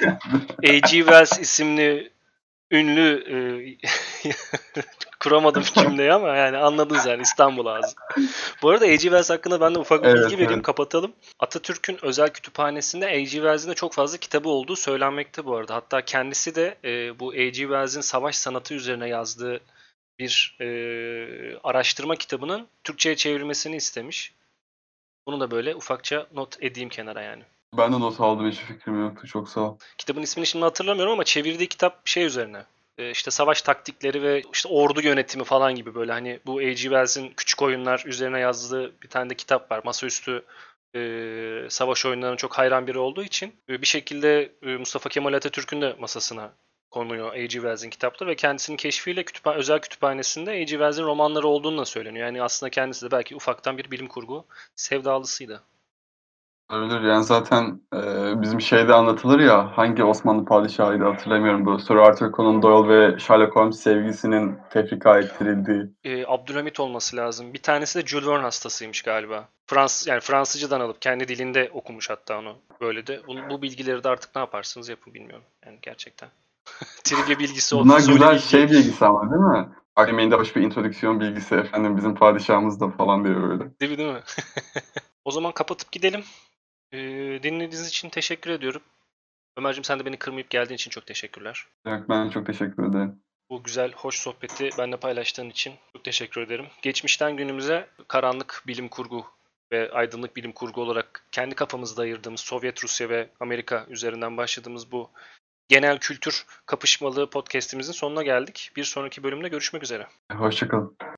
A G. Wells isimli ünlü e, kuramadım cümleyi ama yani anladınız yani İstanbul ağzı. Bu arada A G. Wells hakkında ben de ufak bir Evet, bilgi vereyim evet. kapatalım. Atatürk'ün özel kütüphanesinde A G. Wells'in de çok fazla kitabı olduğu söylenmekte bu arada. Hatta kendisi de e, bu A G. Wells'in savaş sanatı üzerine yazdığı bir e, araştırma kitabının Türkçe'ye çevrilmesini istemiş. Bunu da böyle ufakça not edeyim kenara yani. Ben de not aldım, hiç fikrim yoktu. Çok sağ ol. Kitabın ismini şimdi hatırlamıyorum ama çevirdiği kitap şey üzerine. E, işte savaş taktikleri ve işte ordu yönetimi falan gibi böyle hani bu A G. Wells'in küçük oyunlar üzerine yazdığı bir tane de kitap var. Masaüstü e, savaş oyunlarına çok hayran biri olduğu için e, bir şekilde e, Mustafa Kemal Atatürk'ün de masasına konuyor A G. Wells'in kitapları ve kendisinin keşfiyle kütüphane, özel kütüphanesinde A G. Wells'in romanları olduğunu da söyleniyor. Yani aslında kendisi de belki ufaktan bir bilim kurgu sevdalısıydı. Olabilir. Yani zaten e, bizim şeyde anlatılır ya, hangi Osmanlı padişahıydı hatırlamıyorum, bu Sir Arthur Conan Doyle ve Sherlock Holmes sevgisinin tefrika ettirildiği. e, Abdülhamit olması lazım. Bir tanesi de Jules Verne hastasıymış galiba. Frans yani Fransızcadan alıp kendi dilinde okumuş hatta onu. Böyle de bu, bu bilgileri de artık ne yaparsınız yapın bilmiyorum. Yani gerçekten. Trivia bilgisi Bunlar olmasa öyle güzel bilgi. şey bilgisi ama değil mi? Akademinin hoş bir introdüksiyon bilgisi, efendim bizim padişahımız da falan diye öyle. Değil mi değil mi? O zaman kapatıp gidelim. E, dinlediğiniz için teşekkür ediyorum. Ömerciğim sen de beni kırmayıp geldiğin için çok teşekkürler. Evet, ben çok teşekkür ederim. Bu güzel, hoş sohbeti benimle paylaştığın için çok teşekkür ederim. Geçmişten günümüze karanlık bilim kurgu ve aydınlık bilim kurgu olarak kendi kafamızda ayırdığımız Sovyet Rusya ve Amerika üzerinden başladığımız bu genel kültür kapışmalı podcast'imizin sonuna geldik. Bir sonraki bölümde görüşmek üzere. Hoşça kalın.